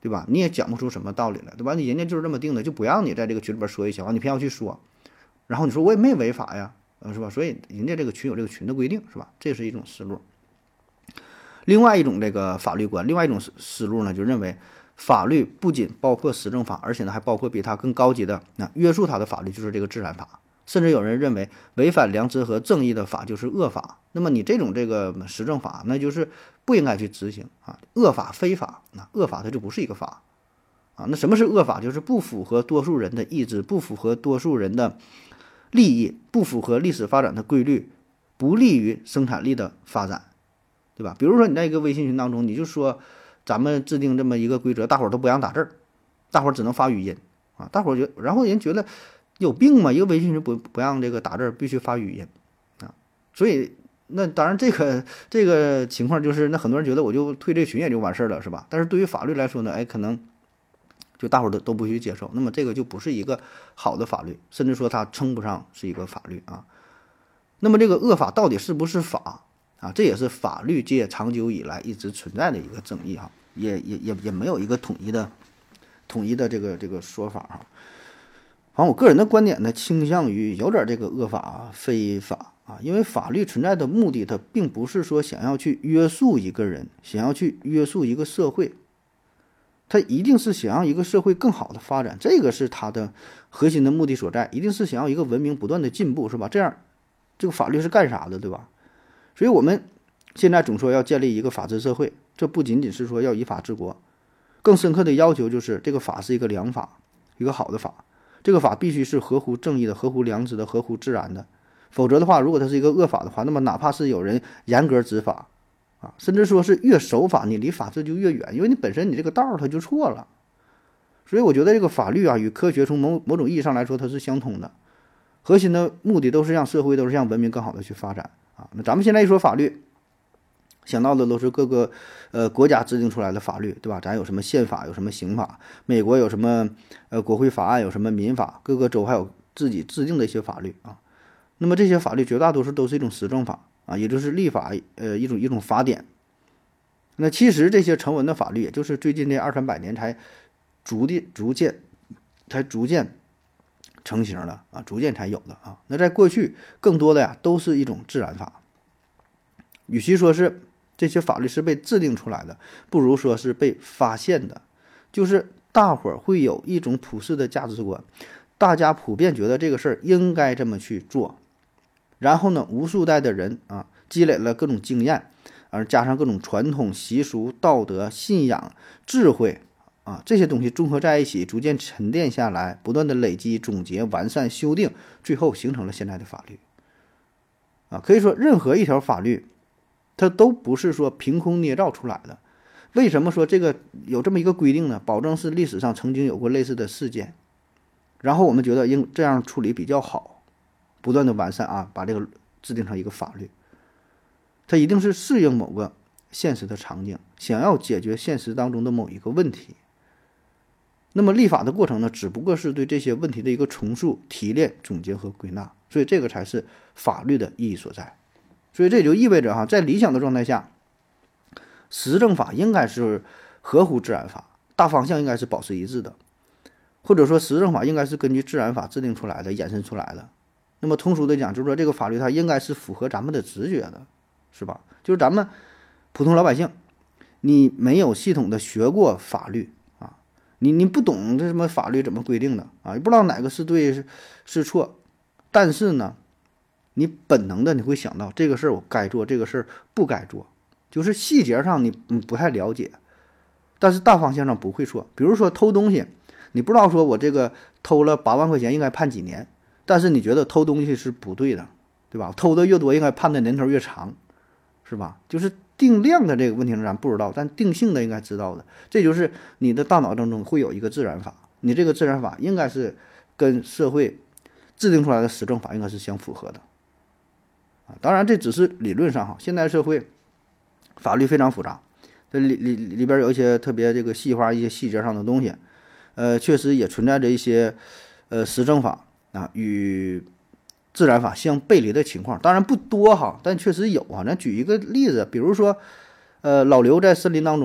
[SPEAKER 2] 对吧？你也讲不出什么道理来，对吧？人家就是这么定的，就不让你在这个群里边说一些话，你偏要去说，然后你说我也没违法呀，是吧？所以人家这个群有这个群的规定，是吧？这是一种思路。另外一种这个法律观，另外一种思路呢，就认为法律不仅包括实政法，而且呢还包括比它更高级的约束它的法律，就是这个自然法。甚至有人认为违反良知和正义的法就是恶法。那么你这种这个实政法，那就是不应该去执行啊，恶法非法，恶法它就不是一个法啊。那什么是恶法？就是不符合多数人的意志，不符合多数人的利益，不符合历史发展的规律，不利于生产力的发展，对吧？比如说你在一个微信群当中，你就说咱们制定这么一个规则，大伙儿都不让打字儿，大伙儿只能发语音啊，大伙儿然后人觉得有病吗？一个微信群不让这个打字儿，必须发语音啊。所以那当然这个情况就是，那很多人觉得我就退这群也就完事儿了，是吧？但是对于法律来说呢，可能就大伙儿都不去接受，那么这个就不是一个好的法律，甚至说它称不上是一个法律啊。那么这个恶法到底是不是法啊？这也是法律界长久以来一直存在的一个争议哈，也没有一个统一的这个说法哈。反正我个人的观点呢，倾向于有点这个恶法非法啊，因为法律存在的目的，它并不是说想要去约束一个人，想要去约束一个社会，它一定是想让一个社会更好的发展，这个是它的核心的目的所在，一定是想要一个文明不断的进步，是吧？这样这个法律是干啥的，对吧？所以我们现在总说要建立一个法治社会，这不仅仅是说要以法治国，更深刻的要求就是这个法是一个良法，一个好的法。这个法必须是合乎正义的、合乎良知的、合乎自然的，否则的话，如果它是一个恶法的话，那么哪怕是有人严格执法啊，甚至说是越守法，你离法治就越远，因为你本身你这个道儿它就错了。所以我觉得这个法律啊，与科学从某种意义上来说它是相通的，核心的目的都是让社会、都是让文明更好的去发展啊。那咱们现在一说法律，想到的都是各个国家制定出来的法律，对吧？咱有什么宪法，有什么刑法，美国有什么国会法案，有什么民法，各个州还有自己制定的一些法律啊。那么这些法律绝大多数都是一种实政法啊，也就是立法一种法典。那其实这些成文的法律，也就是最近这200-300年才逐渐成型的啊，逐渐才有的啊。那在过去更多的呀都是一种自然法，与其说是这些法律是被制定出来的，不如说是被发现的。就是大伙儿会有一种普世的价值观，大家普遍觉得这个事儿应该这么去做，然后呢，无数代的人啊，积累了各种经验，而加上各种传统习俗、道德、信仰、智慧啊，这些东西综合在一起，逐渐沉淀下来，不断的累积、总结、完善、修订，最后形成了现在的法律啊。可以说，任何一条法律它都不是说凭空捏造出来的。为什么说这个有这么一个规定呢？保证是历史上曾经有过类似的事件，然后我们觉得应这样处理比较好，不断的完善啊，把这个制定成一个法律。它一定是适应某个现实的场景，想要解决现实当中的某一个问题。那么立法的过程呢，只不过是对这些问题的一个重塑、提炼、总结和归纳，所以这个才是法律的意义所在。所以这也就意味着哈，在理想的状态下，实政法应该是合乎自然法，大方向应该是保持一致的，或者说实政法应该是根据自然法制定出来的、衍生出来的。那么通俗的讲，就是说这个法律它应该是符合咱们的直觉的，是吧？就是咱们普通老百姓，你没有系统的学过法律啊，你不懂这什么法律怎么规定的啊，你不知道哪个是对是错，但是呢，你本能的你会想到这个事儿我该做，这个事儿不该做，就是细节上你不太了解，但是大方向上不会错。比如说偷东西，你不知道说我这个偷了8万块钱应该判几年，但是你觉得偷东西是不对的，对吧？偷的越多应该判的年头越长，是吧？就是定量的这个问题咱不知道，但定性的应该知道的。这就是你的大脑当中会有一个自然法，你这个自然法应该是跟社会制定出来的实政法应该是相符合的啊。当然这只是理论上哈，现代社会法律非常复杂，这里边有一些特别这个细化一些细节上的东西，确实也存在着一些实政法啊与自然法相背离的情况，当然不多哈，但确实有啊。咱举一个例子，比如说老刘在森林当中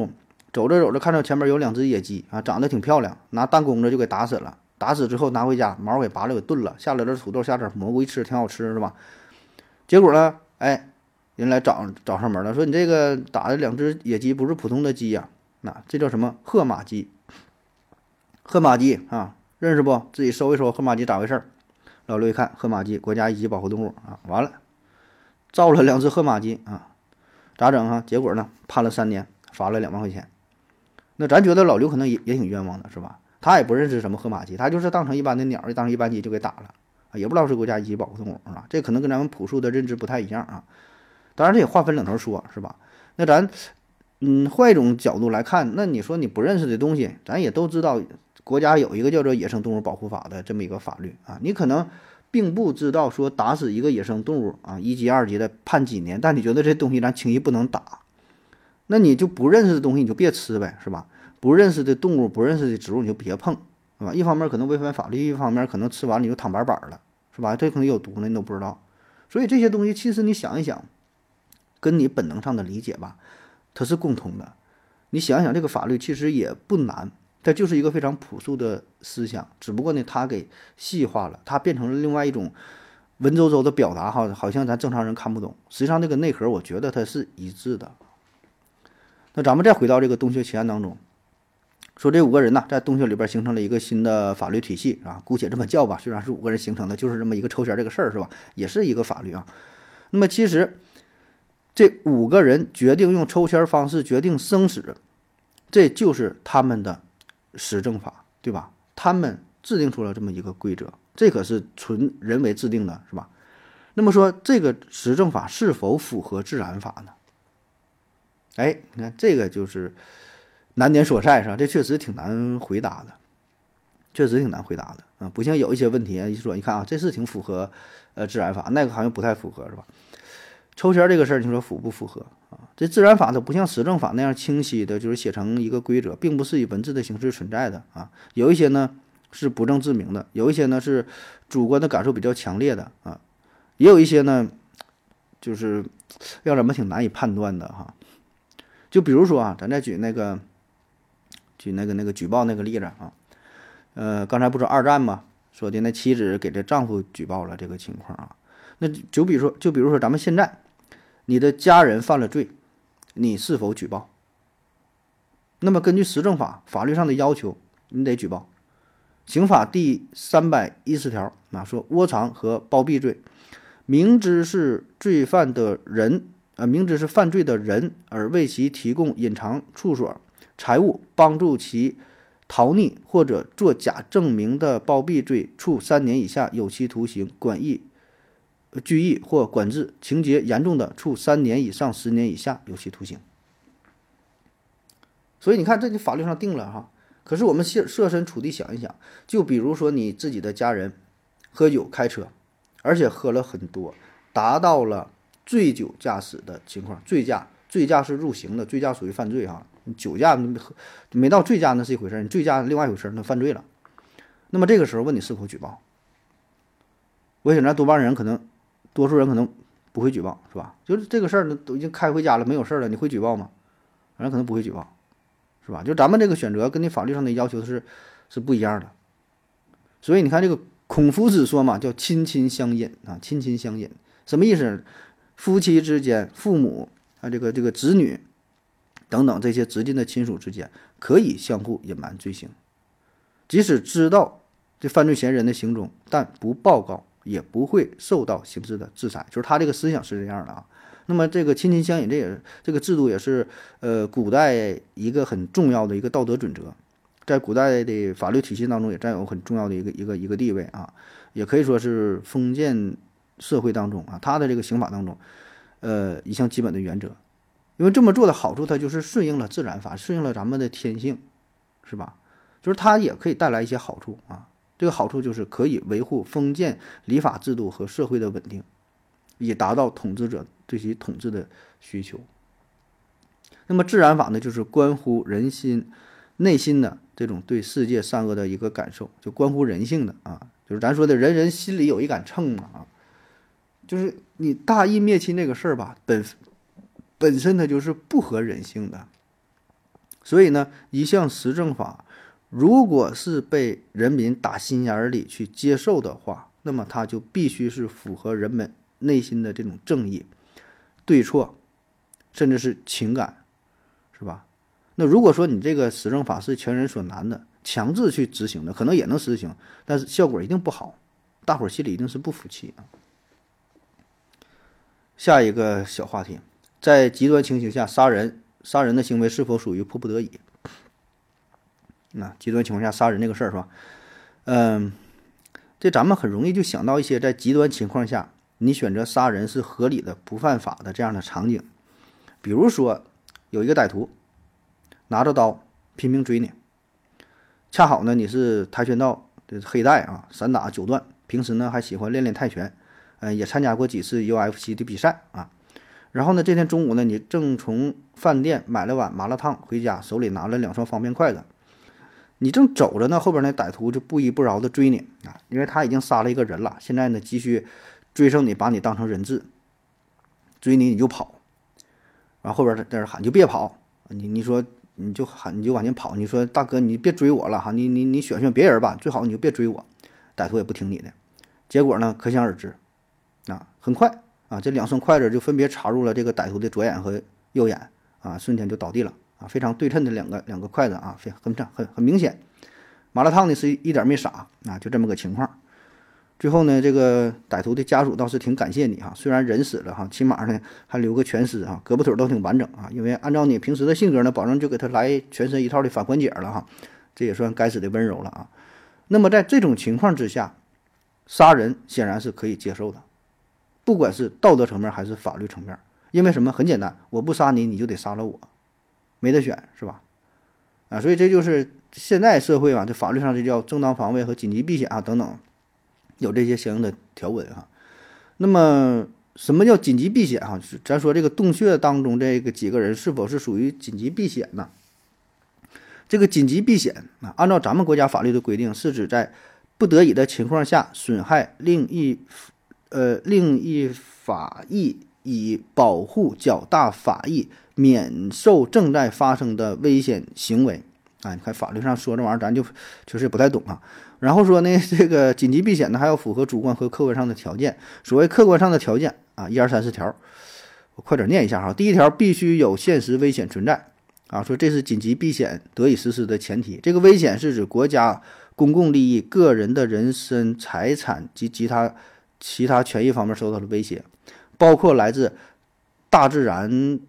[SPEAKER 2] 走着走着看到前面有2只野鸡啊，长得挺漂亮，拿弹弓子就给打死了。打死之后拿回家，毛给拔了给炖了，下了点土豆，下点蘑菇，一吃挺好吃，是吧？结果呢，哎，人来找上门了，说你这个打的2只野鸡不是普通的鸡呀，那这叫什么褐马鸡？褐马鸡啊，认识不？自己搜一搜褐马鸡咋回事？老刘一看，褐马鸡国家一级保护动物啊，完了，造了2只褐马鸡啊，咋整啊？结果呢，判了3年，罚了2万块钱。那咱觉得老刘可能也挺冤枉的，是吧？他也不认识什么褐马鸡，他就是当成一般的鸟，当成一般鸡就给打了啊，也不知道是国家一级保护动物啊，这可能跟咱们朴素的认知不太一样啊。当然这也划分两头说，是吧？那咱换一种角度来看，那你说你不认识的东西，咱也都知道，国家有一个叫做《野生动物保护法》的这么一个法律啊，你可能并不知道说打死一个野生动物啊，1级2级的判几年，但你觉得这东西咱轻易不能打，那你就不认识的东西你就别吃呗，是吧？不认识的动物、不认识的植物你就别碰，是吧？一方面可能违反法律，一方面可能吃完你就躺白板了，是吧？这可能有毒呢，你都不知道。所以这些东西其实你想一想，跟你本能上的理解吧，它是共通的。你想一想，这个法律其实也不难，它就是一个非常朴素的思想，只不过呢，它给细化了，它变成了另外一种文绉绉的表达，好像咱正常人看不懂。实际上，这个内核我觉得它是一致的。那咱们再回到这个洞穴奇案当中。说这5个人呢，在洞穴里边形成了一个新的法律体系啊，姑且这么叫吧。虽然是5个人形成的，就是这么一个抽签这个事儿，是吧？也是一个法律啊。那么其实这5个人决定用抽签方式决定生死，这就是他们的实证法，对吧？他们制定出了这么一个规则，这可是纯人为制定的，是吧？那么说这个实证法是否符合自然法呢？哎，你看这个就是难点所在，是吧？这确实挺难回答的，确实挺难回答的啊！不像有一些问题，一说你看啊，这是挺符合自然法，那个好像不太符合，是吧？抽签这个事儿，你说符不符合啊？这自然法它不像实证法那样清晰的，就是写成一个规则，并不是以文字的形式存在的啊。有一些呢是不证自明的，有一些呢是主观的感受比较强烈的啊，也有一些呢就是让咱们挺难以判断的哈。就比如说啊，咱再举那个举报那个例子啊，刚才不是2战嘛，说的那妻子给这丈夫举报了这个情况啊，那就比如说咱们现在你的家人犯了罪，你是否举报？那么根据实证法法律上的要求，你得举报。刑法第310条啊说，窝藏和包庇罪，明知是罪犯的人明知是犯罪的人而为其提供隐藏处所、财物，帮助其逃匿或者作假证明的包庇罪，处3年以下有期徒刑、拘役或管制；情节严重的，处3年以上10年以下有期徒刑。所以你看，这就法律上定了哈。可是我们设身处地想一想，就比如说你自己的家人喝酒开车，而且喝了很多，达到了醉酒驾驶的情况，醉驾是入刑的，醉驾属于犯罪哈。酒驾没到醉驾那是一回事，你醉驾另外一回事，那犯罪了。那么这个时候问你是否举报？我想咱多数人可能不会举报，是吧？就是这个事儿呢，都已经开回家了，没有事儿了，你会举报吗？人可能不会举报，是吧？就咱们这个选择跟你法律上的要求是不一样的。所以你看这个孔夫子说嘛，叫亲亲相隐啊，亲亲相隐什么意思？夫妻之间、父母啊，这个子女等等这些直近的亲属之间，可以相互隐瞒罪行，即使知道这犯罪嫌疑人的行踪，但不报告，也不会受到刑事的制裁。就是他这个思想是这样的啊。那么这个亲亲相隐，这个制度也是古代一个很重要的一个道德准则，在古代的法律体系当中也占有很重要的一个地位啊，也可以说是封建社会当中啊，它的这个刑法当中，一项基本的原则。因为这么做的好处，它就是顺应了自然法，顺应了咱们的天性，是吧？就是它也可以带来一些好处啊。这个好处就是可以维护封建礼法制度和社会的稳定，以达到统治者对其统治的需求。那么自然法呢，就是关乎人心内心的这种对世界善恶的一个感受，就关乎人性的啊，就是咱说的人人心里有一杆秤嘛啊，就是你大义灭亲这个事儿吧，本身它就是不合人性的， 所以呢，一项实证法如果是被人民打心眼里去接受的话，那么它就必须是符合人们内心的这种正义、对错，甚至是情感，是吧？那如果说你这个实证法是强人所难的，强制去执行的，可能也能实行，但是效果一定不好，大伙儿心里一定是不服气啊。下一个小话题，在极端情形下杀人的行为是否属于迫不得已？那极端情况下杀人这个事儿是吧？这咱们很容易就想到一些在极端情况下你选择杀人是合理的、不犯法的这样的场景。比如说有一个歹徒拿着刀拼命追你，恰好呢你是跆拳道的黑带啊，散打9段，平时呢还喜欢练泰拳，也参加过几次 UFC 的比赛啊。然后呢这天中午呢你正从饭店买了碗麻辣烫回家，手里拿了2双方便筷子，你正走着呢，后边那歹徒就不依不饶的追你啊，因为他已经杀了一个人了，现在呢继续追上你，把你当成人质，追你就跑，然后后边在那喊就别跑，你说你就喊你就往前跑，你说大哥你别追我了哈，你选别人吧，最好你就别追我，歹徒也不听你的，结果呢可想而知啊，很快啊这2双筷子就分别插入了这个歹徒的左眼和右眼啊，瞬间就倒地了。啊，非常对称的两个筷子啊，很明显。麻辣烫呢是一点没傻啊，就这么个情况。最后呢，这个歹徒的家属倒是挺感谢你哈，虽然人死了哈，起码呢还留个全尸啊，胳膊腿都挺完整啊，因为按照你平时的性格呢，保证就给他来全身一套的反关节了哈，这也算该死的温柔了啊。那么在这种情况之下，杀人显然是可以接受的，不管是道德层面还是法律层面，因为什么？很简单，我不杀你，你就得杀了我。没得选是吧？啊，所以这就是现在社会啊，这法律上这叫正当防卫和紧急避险啊等等，有这些相应的条文哈。那么什么叫紧急避险哈？咱说这个洞穴当中这个几个人是否是属于紧急避险呢？这个紧急避险啊，按照咱们国家法律的规定，是指在不得已的情况下损害另一法益以保护较大法益，免受正在发生的危险行为啊！你看法律上说这玩意儿，咱就确实不太懂啊。然后说呢，这个紧急避险呢，还要符合主观和客观上的条件。所谓客观上的条件啊，1、2、3、4条，我快点念一下哈。第一条，必须有现实危险存在啊，说这是紧急避险得以实施的前提。这个危险是指国家公共利益、个人的人身、财产及其他权益方面受到的威胁，包括来自大自然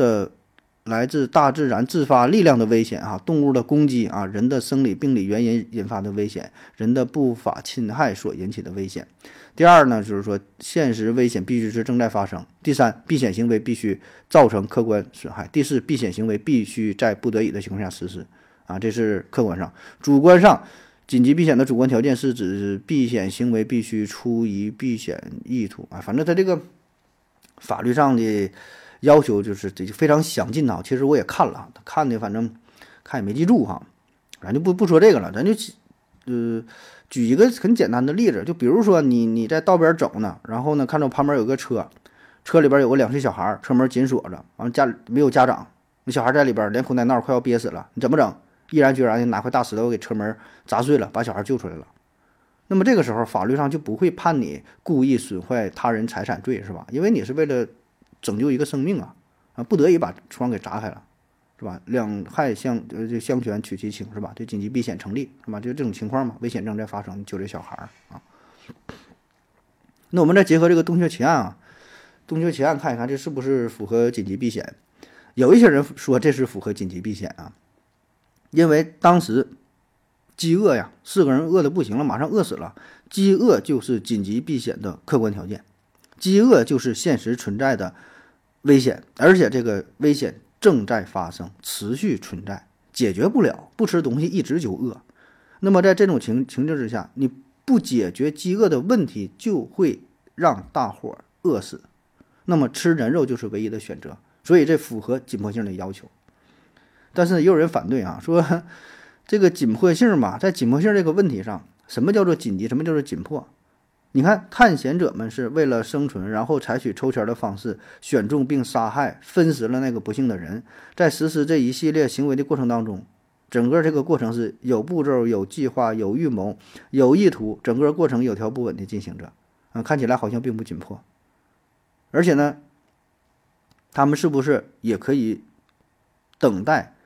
[SPEAKER 2] 自发力量的危险啊，动物的攻击啊，人的生理病理原因引发的危险，人的不法侵害所引起的危险。第二呢，就是说现实危险必须是正在发生。第三，避险行为必须造成客观损害。第四，避险行为必须在不得已的情况下实施啊，这是客观上。主观上，紧急避险的主观条件是指避险行为必须出于避险意图啊，反正它这个法律上的要求就是这就非常详尽啊。其实我也看了，看的反正看也没记住哈，咱就不说这个了，咱就举一个很简单的例子，就比如说你在道边走呢，然后呢看到旁边有个车里边有个2岁小孩，车门紧锁着，完了家没有家长，那小孩在里边连哭带闹，快要憋死了，你怎么整？毅然决然的拿块大石头给车门砸碎了，把小孩救出来了。那么这个时候法律上就不会判你故意损坏他人财产罪，是吧？因为你是为了拯救一个生命啊，不得已把窗给砸开了，是吧？两害相权取其轻，是吧？这紧急避险成立，是吧？就这种情况嘛，危险正在发生，救这小孩啊。那我们再结合这个洞穴奇案啊，洞穴奇案看一看这是不是符合紧急避险？有一些人说这是符合紧急避险啊，因为当时饥饿呀，4个人饿得不行了，马上饿死了。饥饿就是紧急避险的客观条件，饥饿就是现实存在的危险，而且这个危险正在发生，持续存在，解决不了，不吃东西一直就饿。那么在这种情境之下，你不解决饥饿的问题，就会让大伙饿死。那么吃人肉就是唯一的选择，所以这符合紧迫性的要求。但是也有人反对啊，说这个紧迫性嘛，在紧迫性这个问题上，什么叫做紧急，什么叫做紧迫？ 你看探险者们是为了生存，然后采取抽签的方式选中并杀害分食了那个不幸的人，在实施这一系列行为的过程当中，整个这个过程是有步骤、有计划、有预谋、有意图，整个过程有条不紊地进行着看起来好像并不紧迫。而且呢，他们是不是也可以等待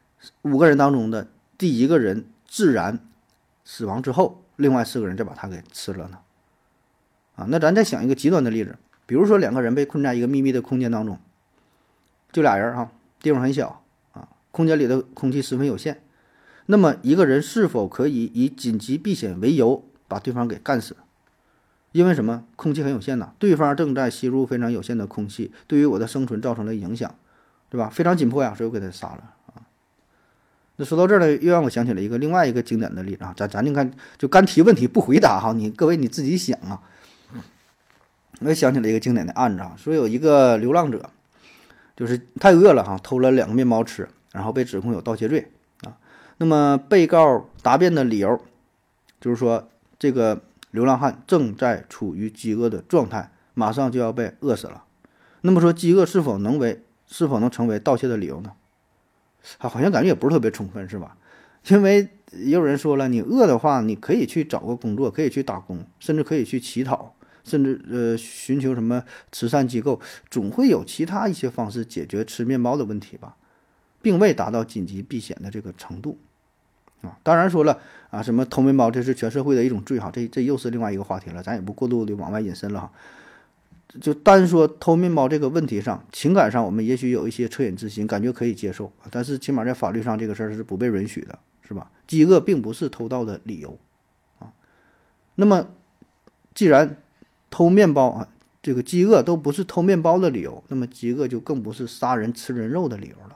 [SPEAKER 2] 5个人当中的第1个人自然死亡之后，另外4个人再把他给吃了呢？那咱再想一个极端的例子，比如说2个人被困在一个秘密的空间当中，就俩人地方很小空间里的空气十分有限，那么1个人是否可以以紧急避险为由把对方给干死？因为什么？空气很有限呐，对方正在吸入非常有限的空气，对于我的生存造成了影响，对吧？非常紧迫呀，所以我给他杀了那说到这儿呢，又让我想起了另外一个经典的例子咱就看，就干提问题不回答各位你自己想我也想起了一个经典的案子说有一个流浪者，就是太饿了偷了2个面包吃，然后被指控有盗窃罪那么被告答辩的理由就是说，这个流浪汉正在处于饥饿的状态，马上就要被饿死了。那么说饥饿是否能成为盗窃的理由呢？好像感觉也不是特别充分，是吧？因为也有人说了，你饿的话，你可以去找个工作，可以去打工，甚至可以去乞讨，甚至寻求什么慈善机构，总会有其他一些方式解决吃面包的问题吧，并未达到紧急避险的这个程度当然说了什么偷面包这是全社会的一种罪这又是另外一个话题了，咱也不过度的往外引申了就单说偷面包这个问题上，情感上我们也许有一些恻隐之心，感觉可以接受，但是起码在法律上这个事儿是不被允许的，是吧？饥饿并不是偷盗的理由那么既然偷面包这个饥饿都不是偷面包的理由，那么饥饿就更不是杀人吃人肉的理由了。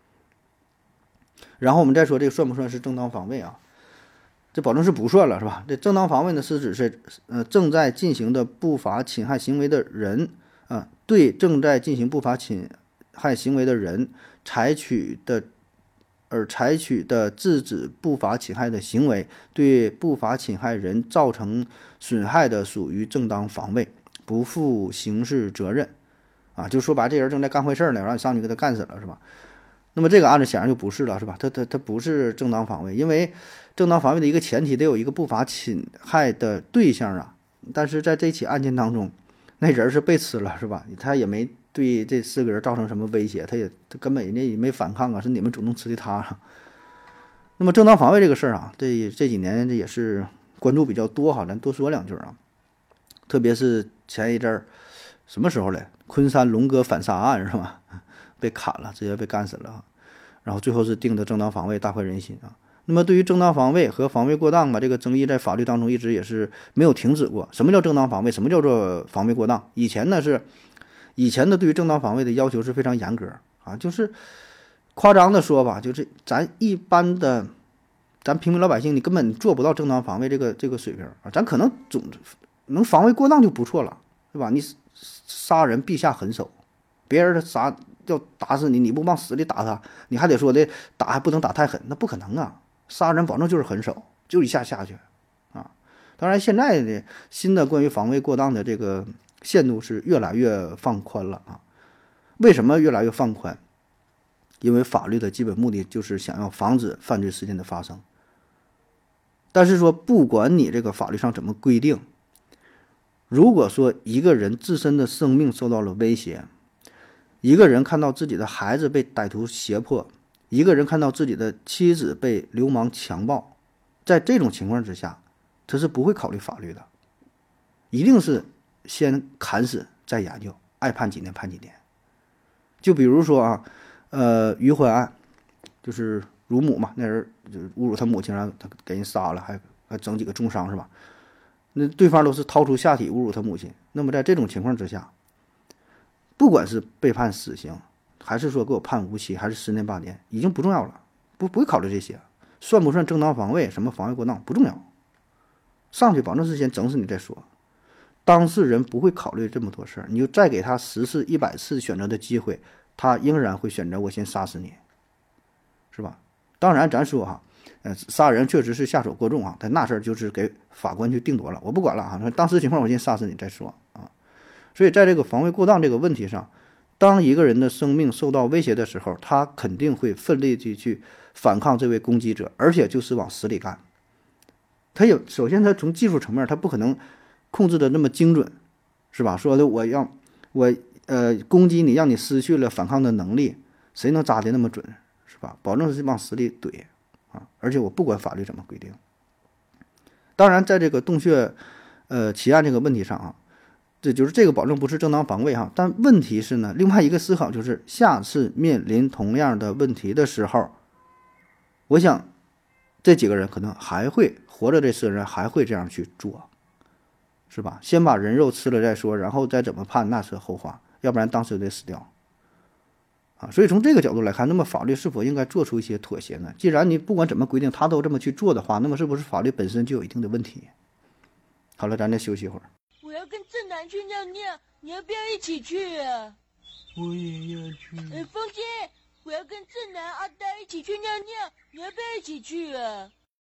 [SPEAKER 2] 然后我们再说这个算不算是正当防卫这保证是不算了，是吧？这正当防卫呢，是指是正在进行的不法侵害行为的人对正在进行不法侵害行为的人采取的制止不法侵害的行为，对不法侵害人造成损害的，属于正当防卫，不负刑事责任就说白这人正在干坏事呢，让你上去给他干死了，是吧？那么这个案子显然就不是了，是吧？它不是正当防卫，因为正当防卫的一个前提得有一个不法侵害的对象但是在这起案件当中，那人是被吃了，是吧？他也没对这4个人造成什么威胁，他根本人家也没反抗是你们主动吃的他那么正当防卫这个事儿这几年这也是关注比较多咱多说2句特别是前一阵儿什么时候来，昆山龙哥反杀案，是吧？被砍了，直接被干死了然后最后是定的正当防卫，大快人心那么对于正当防卫和防卫过当这个争议在法律当中一直也是没有停止过。什么叫正当防卫？什么叫做防卫过当？以前的对于正当防卫的要求是非常严格就是夸张的说吧，就是咱一般的平民老百姓，你根本做不到正当防卫这个水平咱可能总能防卫过当就不错了，对吧？你杀人必下狠手，别人杀要打死你，你不往死里打他，你还得说的打还不能打太狠，那不可能杀人保证就是狠手，就一下下去当然现在的新的关于防卫过当的这个限度是越来越放宽了为什么越来越放宽？因为法律的基本目的就是想要防止犯罪事件的发生。但是说不管你这个法律上怎么规定，如果说一个人自身的生命受到了威胁，一个人看到自己的孩子被歹徒胁迫，一个人看到自己的妻子被流氓强暴，在这种情况之下，他是不会考虑法律的，一定是先砍死再研究，爱判几年判几年。就比如说余欢案，就是辱母嘛，那人就侮辱他母亲，让他给人杀了，还整几个重伤，是吧？那对方都是掏出下体侮辱他母亲，那么在这种情况之下，不管是被判死刑，还是说给我判无期，还是10年8年，已经不重要了，不会考虑这些，算不算正当防卫，什么防卫过当不重要，上去保证是先整死你再说。当事人不会考虑这么多事儿，你就再给他10次100次选择的机会，他仍然会选择我先杀死你，是吧？当然咱说杀人确实是下手过重啊，但那事儿就是给法官去定夺了，我不管了啊，当时情况我先杀死你再说啊。所以在这个防卫过当这个问题上，当一个人的生命受到威胁的时候，他肯定会奋力地去反抗这位攻击者，而且就是往死里干。首先他从技术层面他不可能控制的那么精准，是吧？说的我攻击你，让你失去了反抗的能力，谁能扎的那么准，是吧？保证是往死里怼啊！而且我不管法律怎么规定。当然，在这个洞穴奇案这个问题上啊，这个保证不是正当防卫哈。但问题是呢，另外一个思考就是，下次面临同样的问题的时候，我想这几个人可能还会活着，这4个人还会这样去做，是吧？先把人肉吃了再说，然后再怎么判那是后话，要不然当时就得死掉啊。所以从这个角度来看，那么法律是否应该做出一些妥协呢？既然你不管怎么规定他都这么去做的话，那么是不是法律本身就有一定的问题？好了，咱再休息一会儿。
[SPEAKER 3] 我要跟正南去尿尿，你要不要一起去啊？
[SPEAKER 4] 我也要去。
[SPEAKER 3] 风姐，我要跟正南、阿呆一起去尿尿，你要不要一起去啊？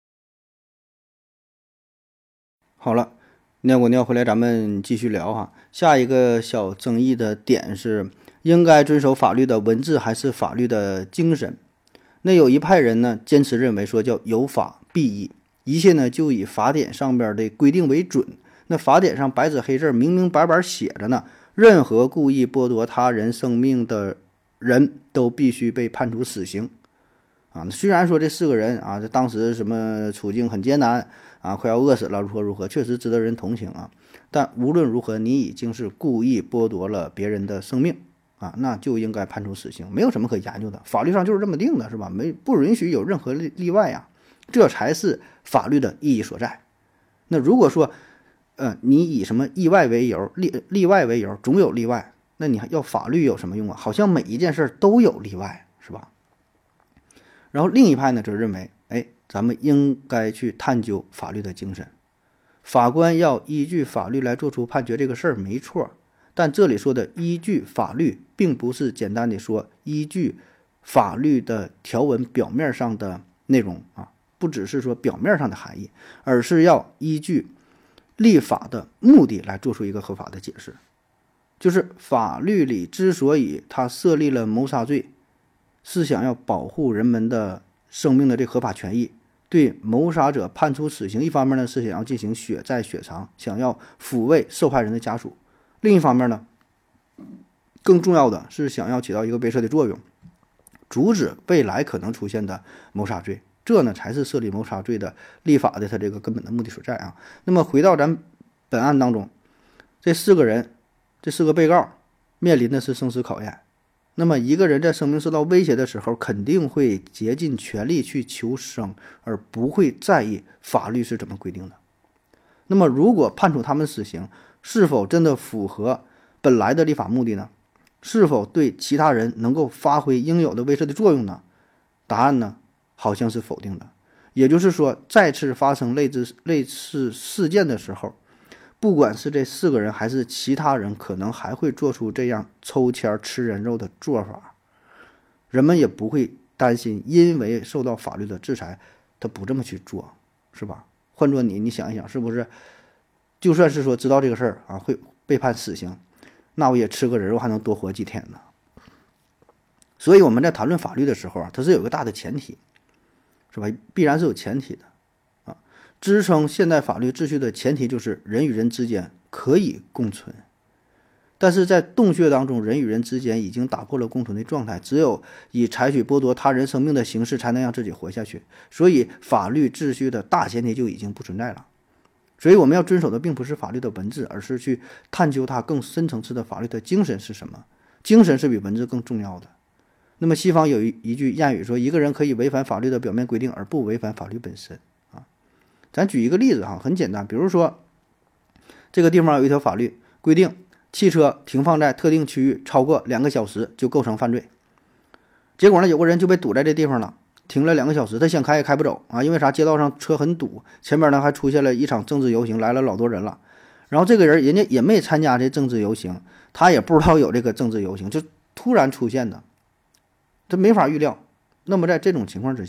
[SPEAKER 2] 好了，尿过尿回来，咱们继续聊哈。下一个小争议的点是，应该遵守法律的文字还是法律的精神？那有一派人呢，坚持认为说叫有法必依，一切呢就以法典上边的规定为准。那法典上白纸黑字明明白白写着呢，任何故意剥夺他人生命的人都必须被判处死刑啊。虽然说这4个人啊，这当时什么处境很艰难啊，快要饿死了，如何，确实值得人同情啊。但无论如何，你已经是故意剥夺了别人的生命啊，那就应该判处死刑，没有什么可研究的，法律上就是这么定的，是吧？不允许有任何例外呀，这才是法律的意义所在。那如果说你以什么意外为由，例外为由，总有例外，那你还要法律有什么用啊？好像每一件事都有例外，是吧？然后另一派呢，就认为，咱们应该去探究法律的精神，法官要依据法律来做出判决，这个事儿没错。但这里说的依据法律，并不是简单的说依据法律的条文表面上的内容啊，不只是说表面上的含义，而是要依据立法的目的来做出一个合法的解释。就是法律里之所以它设立了谋杀罪，是想要保护人们的生命的这合法权益，对谋杀者判处死刑，一方面呢是想要进行血债血偿，想要抚慰受害人的家属；另一方面呢，更重要的是想要起到一个威慑的作用，阻止未来可能出现的谋杀罪。这呢才是设立谋杀罪的立法的它这个根本的目的所在啊。那么回到咱本案当中，这4个人，这4个被告面临的是生死考验。那么一个人在生命受到威胁的时候，肯定会竭尽全力去求生，而不会在意法律是怎么规定的。那么如果判处他们死刑，是否真的符合本来的立法目的呢？是否对其他人能够发挥应有的威慑的作用呢？答案呢好像是否定的。也就是说，再次发生类似事件的时候，不管是这4个人还是其他人，可能还会做出这样抽签吃人肉的做法，人们也不会担心因为受到法律的制裁他不这么去做，是吧？换做你想一想，是不是就算是说知道这个事儿啊会被判死刑，那我也吃个人肉还能多活几天呢？所以我们在谈论法律的时候啊，它是有个大的前提，是吧？必然是有前提的啊。支撑现代法律秩序的前提就是人与人之间可以共存，但是在洞穴当中，人与人之间已经打破了共存的状态，只有以采取剥夺他人生命的形式才能让自己活下去，所以法律秩序的大前提就已经不存在了。所以我们要遵守的并不是法律的文字，而是去探究它更深层次的法律的精神是什么。精神是比文字更重要的。那么西方有一句谚语说，一个人可以违反法律的表面规定，而不违反法律本身啊。咱举一个例子哈，很简单，比如说这个地方有一条法律规定，汽车停放在特定区域超过2个小时就构成犯罪。结果呢，有个人就被堵在这地方了，停了2个小时，他想开也开不走啊，因为啥？街道上车很堵，前面呢还出现了一场政治游行，来了老多人了。然后这个人家也没参加这政治游行，他也不知道有这个政治游行，就突然出现的，这没法预料。那么在这种情况之下，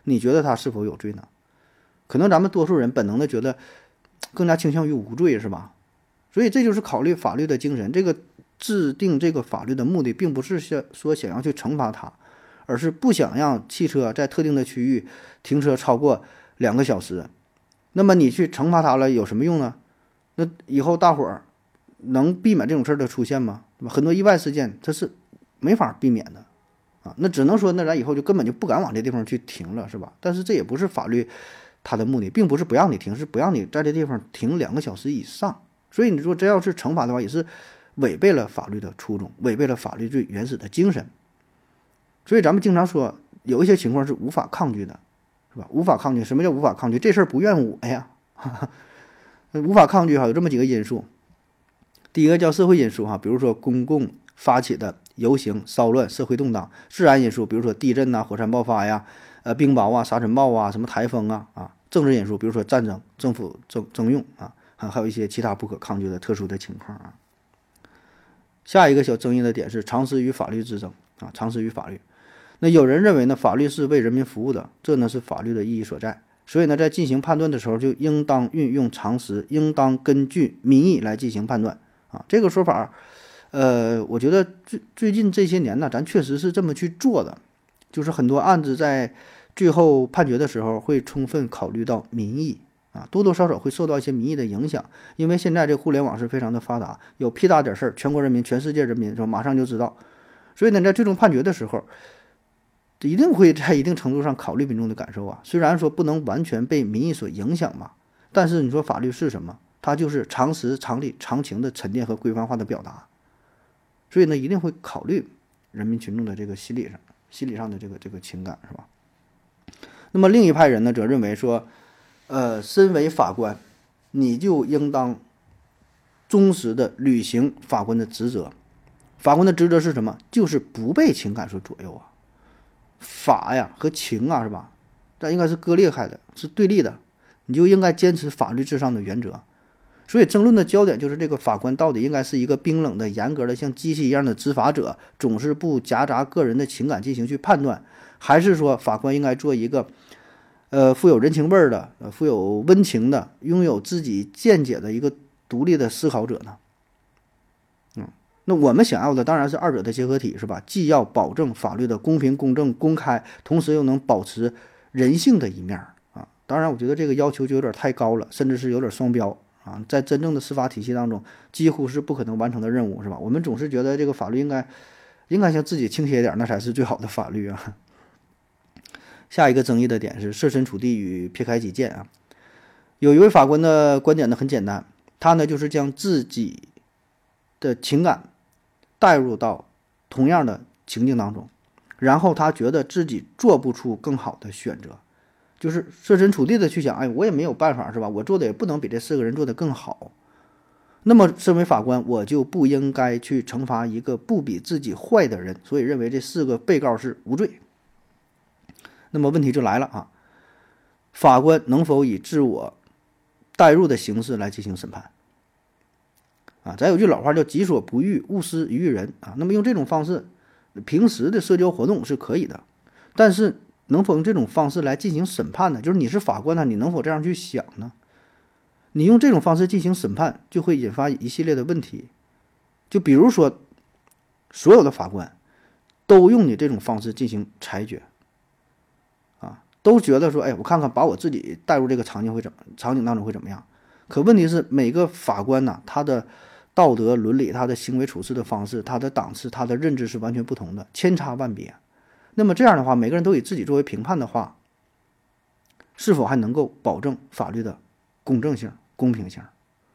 [SPEAKER 2] 你觉得他是否有罪呢？可能咱们多数人本能的觉得更加倾向于无罪，是吧？所以这就是考虑法律的精神。这个制定这个法律的目的，并不是说想要去惩罚他，而是不想让汽车在特定的区域停车超过2个小时。那么你去惩罚他了，有什么用呢？那以后大伙儿能避免这种事儿的出现吗？对吧？很多意外事件它是没法避免的啊。那只能说，那咱以后就根本就不敢往这地方去停了，是吧？但是这也不是法律它的目的，并不是不让你停，是不让你在这地方停2个小时以上。所以你说真要是惩罚的话，也是违背了法律的初衷，违背了法律最原始的精神。所以咱们经常说，有一些情况是无法抗拒的，是吧？无法抗拒，什么叫无法抗拒？这事儿不怨我呀，无法抗拒哈，有这么几个因素。第一个叫社会因素哈，比如说公共发起的游行、骚乱、社会动荡；自然因素，比如说地震呐、火山爆发呀、冰雹啊、沙尘暴啊、什么台风啊；政治因素，比如说战争、政府征用啊，还有一些其他不可抗拒的特殊的情况啊。下一个小争议的点是常识与法律之争啊，常识与法律。那有人认为呢，法律是为人民服务的，这呢是法律的意义所在。所以呢，在进行判断的时候，就应当运用常识，应当根据民意来进行判断啊。这个说法，我觉得最近这些年呢，咱确实是这么去做的，就是很多案子在最后判决的时候，会充分考虑到民意啊，多多少少会受到一些民意的影响。因为现在这互联网是非常的发达，有屁大点事儿，全国人民、全世界人民说马上就知道。所以呢，在最终判决的时候，一定会在一定程度上考虑民众的感受啊。虽然说不能完全被民意所影响嘛，但是你说法律是什么？它就是常识、常理、常情的沉淀和规范化的表达。所以呢，一定会考虑人民群众的这个心理上的这个情感，是吧？那么另一派人呢，则认为说，身为法官，你就应当忠实的履行法官的职责。法官的职责是什么？就是不被情感所左右啊。法呀和情啊，是吧？这应该是割裂开的，是对立的。你就应该坚持法律至上的原则。所以争论的焦点就是这个法官到底应该是一个冰冷的、严格的、像机器一样的执法者，总是不夹杂个人的情感进行去判断，还是说法官应该做一个富有人情味儿的、富有温情的、拥有自己见解的一个独立的思考者呢？那我们想要的当然是二者的结合体，是吧？既要保证法律的公平、公正、公开，同时又能保持人性的一面啊。当然，我觉得这个要求就有点太高了，甚至是有点双标啊。在真正的司法体系当中，几乎是不可能完成的任务，是吧？我们总是觉得这个法律应该向自己倾斜一点，那才是最好的法律啊。下一个争议的点是设身处地与撇开己见啊。有一位法官的观点呢很简单，他呢就是将自己的情感带入到同样的情境当中，然后他觉得自己做不出更好的选择，就是设身处地的去想，哎，我也没有办法，是吧？我做的也不能比这4个人做得更好。那么身为法官，我就不应该去惩罚一个不比自己坏的人，所以认为这4个被告是无罪。那么问题就来了啊，法官能否以自我代入的形式来进行审判？啊，咱有句老话叫己所不欲，勿施于于人啊。那么用这种方式，平时的社交活动是可以的，但是能否用这种方式来进行审判呢？就是你是法官呢，你能否这样去想呢？你用这种方式进行审判，就会引发一系列的问题。就比如说，所有的法官都用你这种方式进行裁决，啊，都觉得说，哎，我看看把我自己带入这个场景当中会怎么样？可问题是，每个法官呢，他的道德伦理、他的行为处事的方式、他的档次、他的认知是完全不同的，千差万别。那么这样的话，每个人都以自己作为评判的话，是否还能够保证法律的公正性、公平性？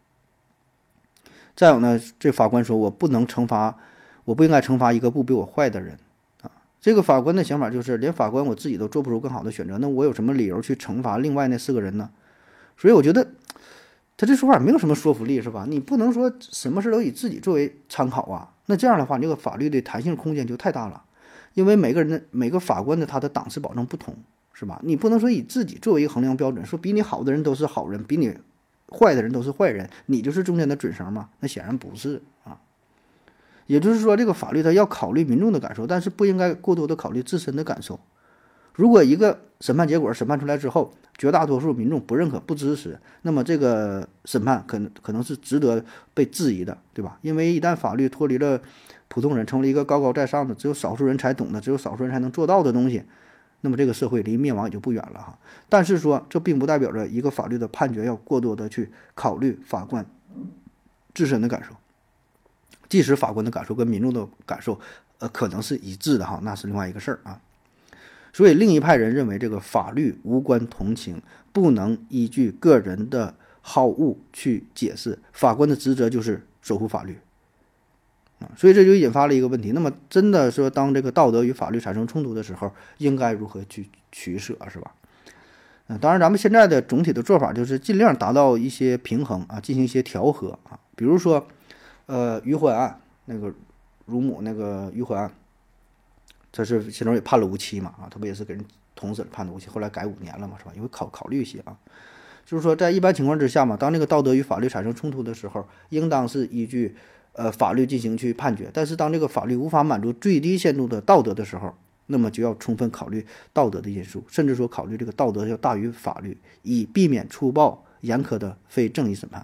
[SPEAKER 2] 再有呢，这法官说，我不应该惩罚一个不比我坏的人啊。这个法官的想法就是，连法官我自己都做不出更好的选择，那我有什么理由去惩罚另外那4个人呢？所以我觉得他这说法没有什么说服力，是吧？你不能说什么事都以自己作为参考啊。那这样的话，这个法律的弹性空间就太大了，因为每个法官的他的档次保证不同，是吧？你不能说以自己作为一个衡量标准，说比你好的人都是好人，比你坏的人都是坏人，你就是中间的准绳吗？那显然不是啊。也就是说，这个法律它要考虑民众的感受，但是不应该过多的考虑自身的感受。 如果一个审判结果审判出来之后，绝大多数民众不认可、不支持，那么这个审判可能是值得被质疑的，对吧？因为一旦法律脱离了普通人，成为一个高高在上的、只有少数人才懂的、只有少数人才能做到的东西，那么这个社会离灭亡也就不远了哈。但是说，这并不代表着一个法律的判决要过多的去考虑法官自身的感受，即使法官的感受跟民众的感受，可能是一致的哈，那是另外一个事儿啊。所以另一派人认为，这个法律无关同情，不能依据个人的好恶去解释，法官的职责就是守护法律啊。所以这就引发了一个问题，那么真的说，当这个道德与法律产生冲突的时候，应该如何去取舍，是吧？当然咱们现在的总体的做法就是尽量达到一些平衡啊，进行一些调和啊。比如说余欢案，那个乳母那个余欢案，这是其中也判了无期嘛啊，他不也是给人捅死了判的无期，后来改5年了嘛，是吧？因为考虑一些啊，就是说在一般情况之下嘛，当这个道德与法律产生冲突的时候，应当是依据法律进行去判决，但是当这个法律无法满足最低限度的道德的时候，那么就要充分考虑道德的因素，甚至说考虑这个道德要大于法律，以避免粗暴严苛的非正义审判。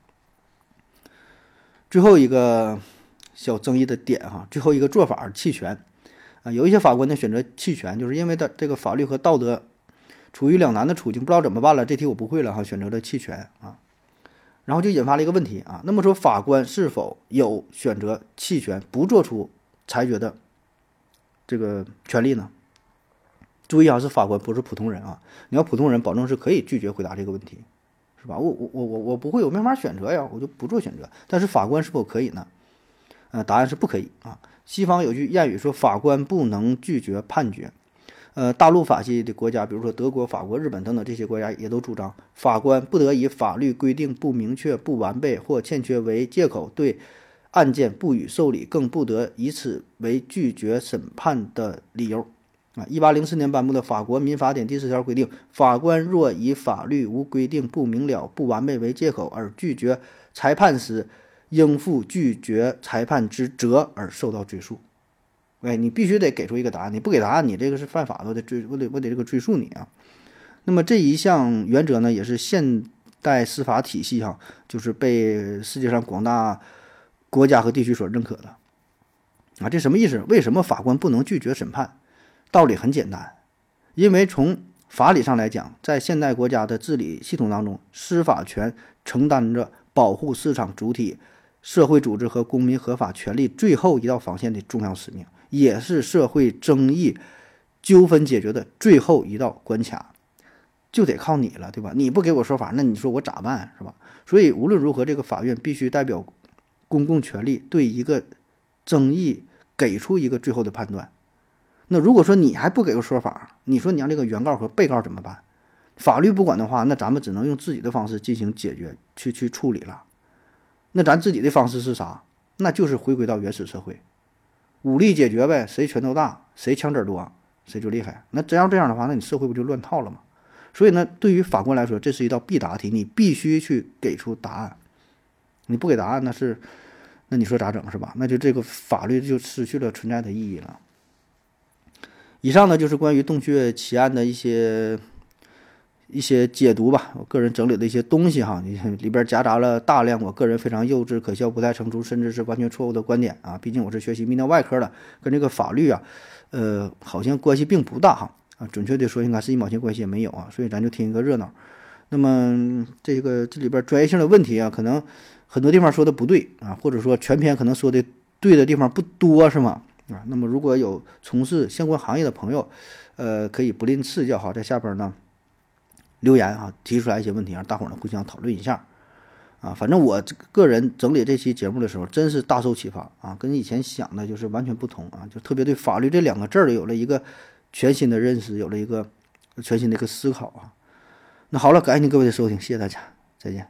[SPEAKER 2] 最后一个小争议的点哈，最后一个做法弃权啊，有一些法官呢选择弃权，就是因为他这个法律和道德处于两难的处境，不知道怎么办了，这题我不会了哈，选择了弃权啊，然后就引发了一个问题啊，那么说法官是否有选择弃权不做出裁决的这个权利呢？注意啊，是法官，不是普通人啊！你要普通人，保证是可以拒绝回答这个问题，是吧？我不会，我没法选择呀，我就不做选择。但是法官是否可以呢？答案是不可以啊。西方有句谚语说，法官不能拒绝判决。大陆法系的国家，比如说德国、法国、日本等等这些国家，也都主张法官不得以法律规定不明确、不完备或欠缺为借口对案件不予受理，更不得以此为拒绝审判的理由。1804年颁布的法国民法典第4条规定，法官若以法律无规定不明了、不完备为借口而拒绝裁判时，应负拒绝裁判之责而受到追诉。你必须得给出一个答案，你不给答案，你这个是犯法的，我得这个追诉你啊。那么这一项原则呢，也是现代司法体系就是被世界上广大国家和地区所认可的啊。这什么意思？为什么法官不能拒绝审判？道理很简单，因为从法理上来讲，在现代国家的治理系统当中，司法权承担着保护市场主体、社会组织和公民合法权利最后一道防线的重要使命，也是社会争议纠纷解决的最后一道关卡，就得靠你了，对吧？你不给我说法，那你说我咋办，是吧？所以无论如何，这个法院必须代表公共权力，对一个争议给出一个最后的判断。那如果说你还不给个说法，你说你让这个原告和被告怎么办？法律不管的话，那咱们只能用自己的方式进行解决，去处理了。那咱自己的方式是啥？那就是回归到原始社会，武力解决呗，谁拳头大，谁枪子多，谁就厉害。那真要这样的话，那你社会不就乱套了吗？所以呢，对于法官来说，这是一道必答题，你必须去给出答案。你不给答案，那你说咋整，是吧？那就这个法律就失去了存在的意义了。以上呢就是关于洞穴奇案的一些解读吧，我个人整理的一些东西哈，里边夹杂了大量我个人非常幼稚、可笑、不太成熟，甚至是完全错误的观点啊。毕竟我是学习泌尿外科的，跟这个法律啊，好像关系并不大哈啊，准确的说应该是1毛钱关系也没有啊，所以咱就听一个热闹。那么这里边专业性的问题啊，可能很多地方说的不对啊，或者说全篇可能说的对的地方不多，是吗？啊，那么如果有从事相关行业的朋友，可以不吝赐教哈，在下边呢留言啊，提出来一些问题，让大伙儿呢互相讨论一下啊。反正我个人整理这期节目的时候，真是大受启发啊，跟以前想的就是完全不同啊，就特别对法律这2个字儿有了一个全新的认识，有了一个全新的一个思考啊。那好了，感谢您各位的收听，谢谢大家，再见。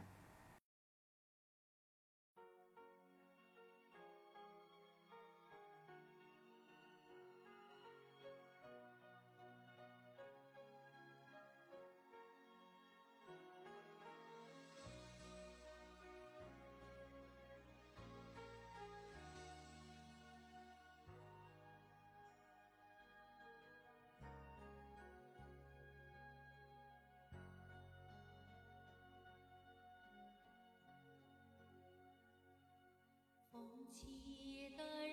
[SPEAKER 5] 红旗的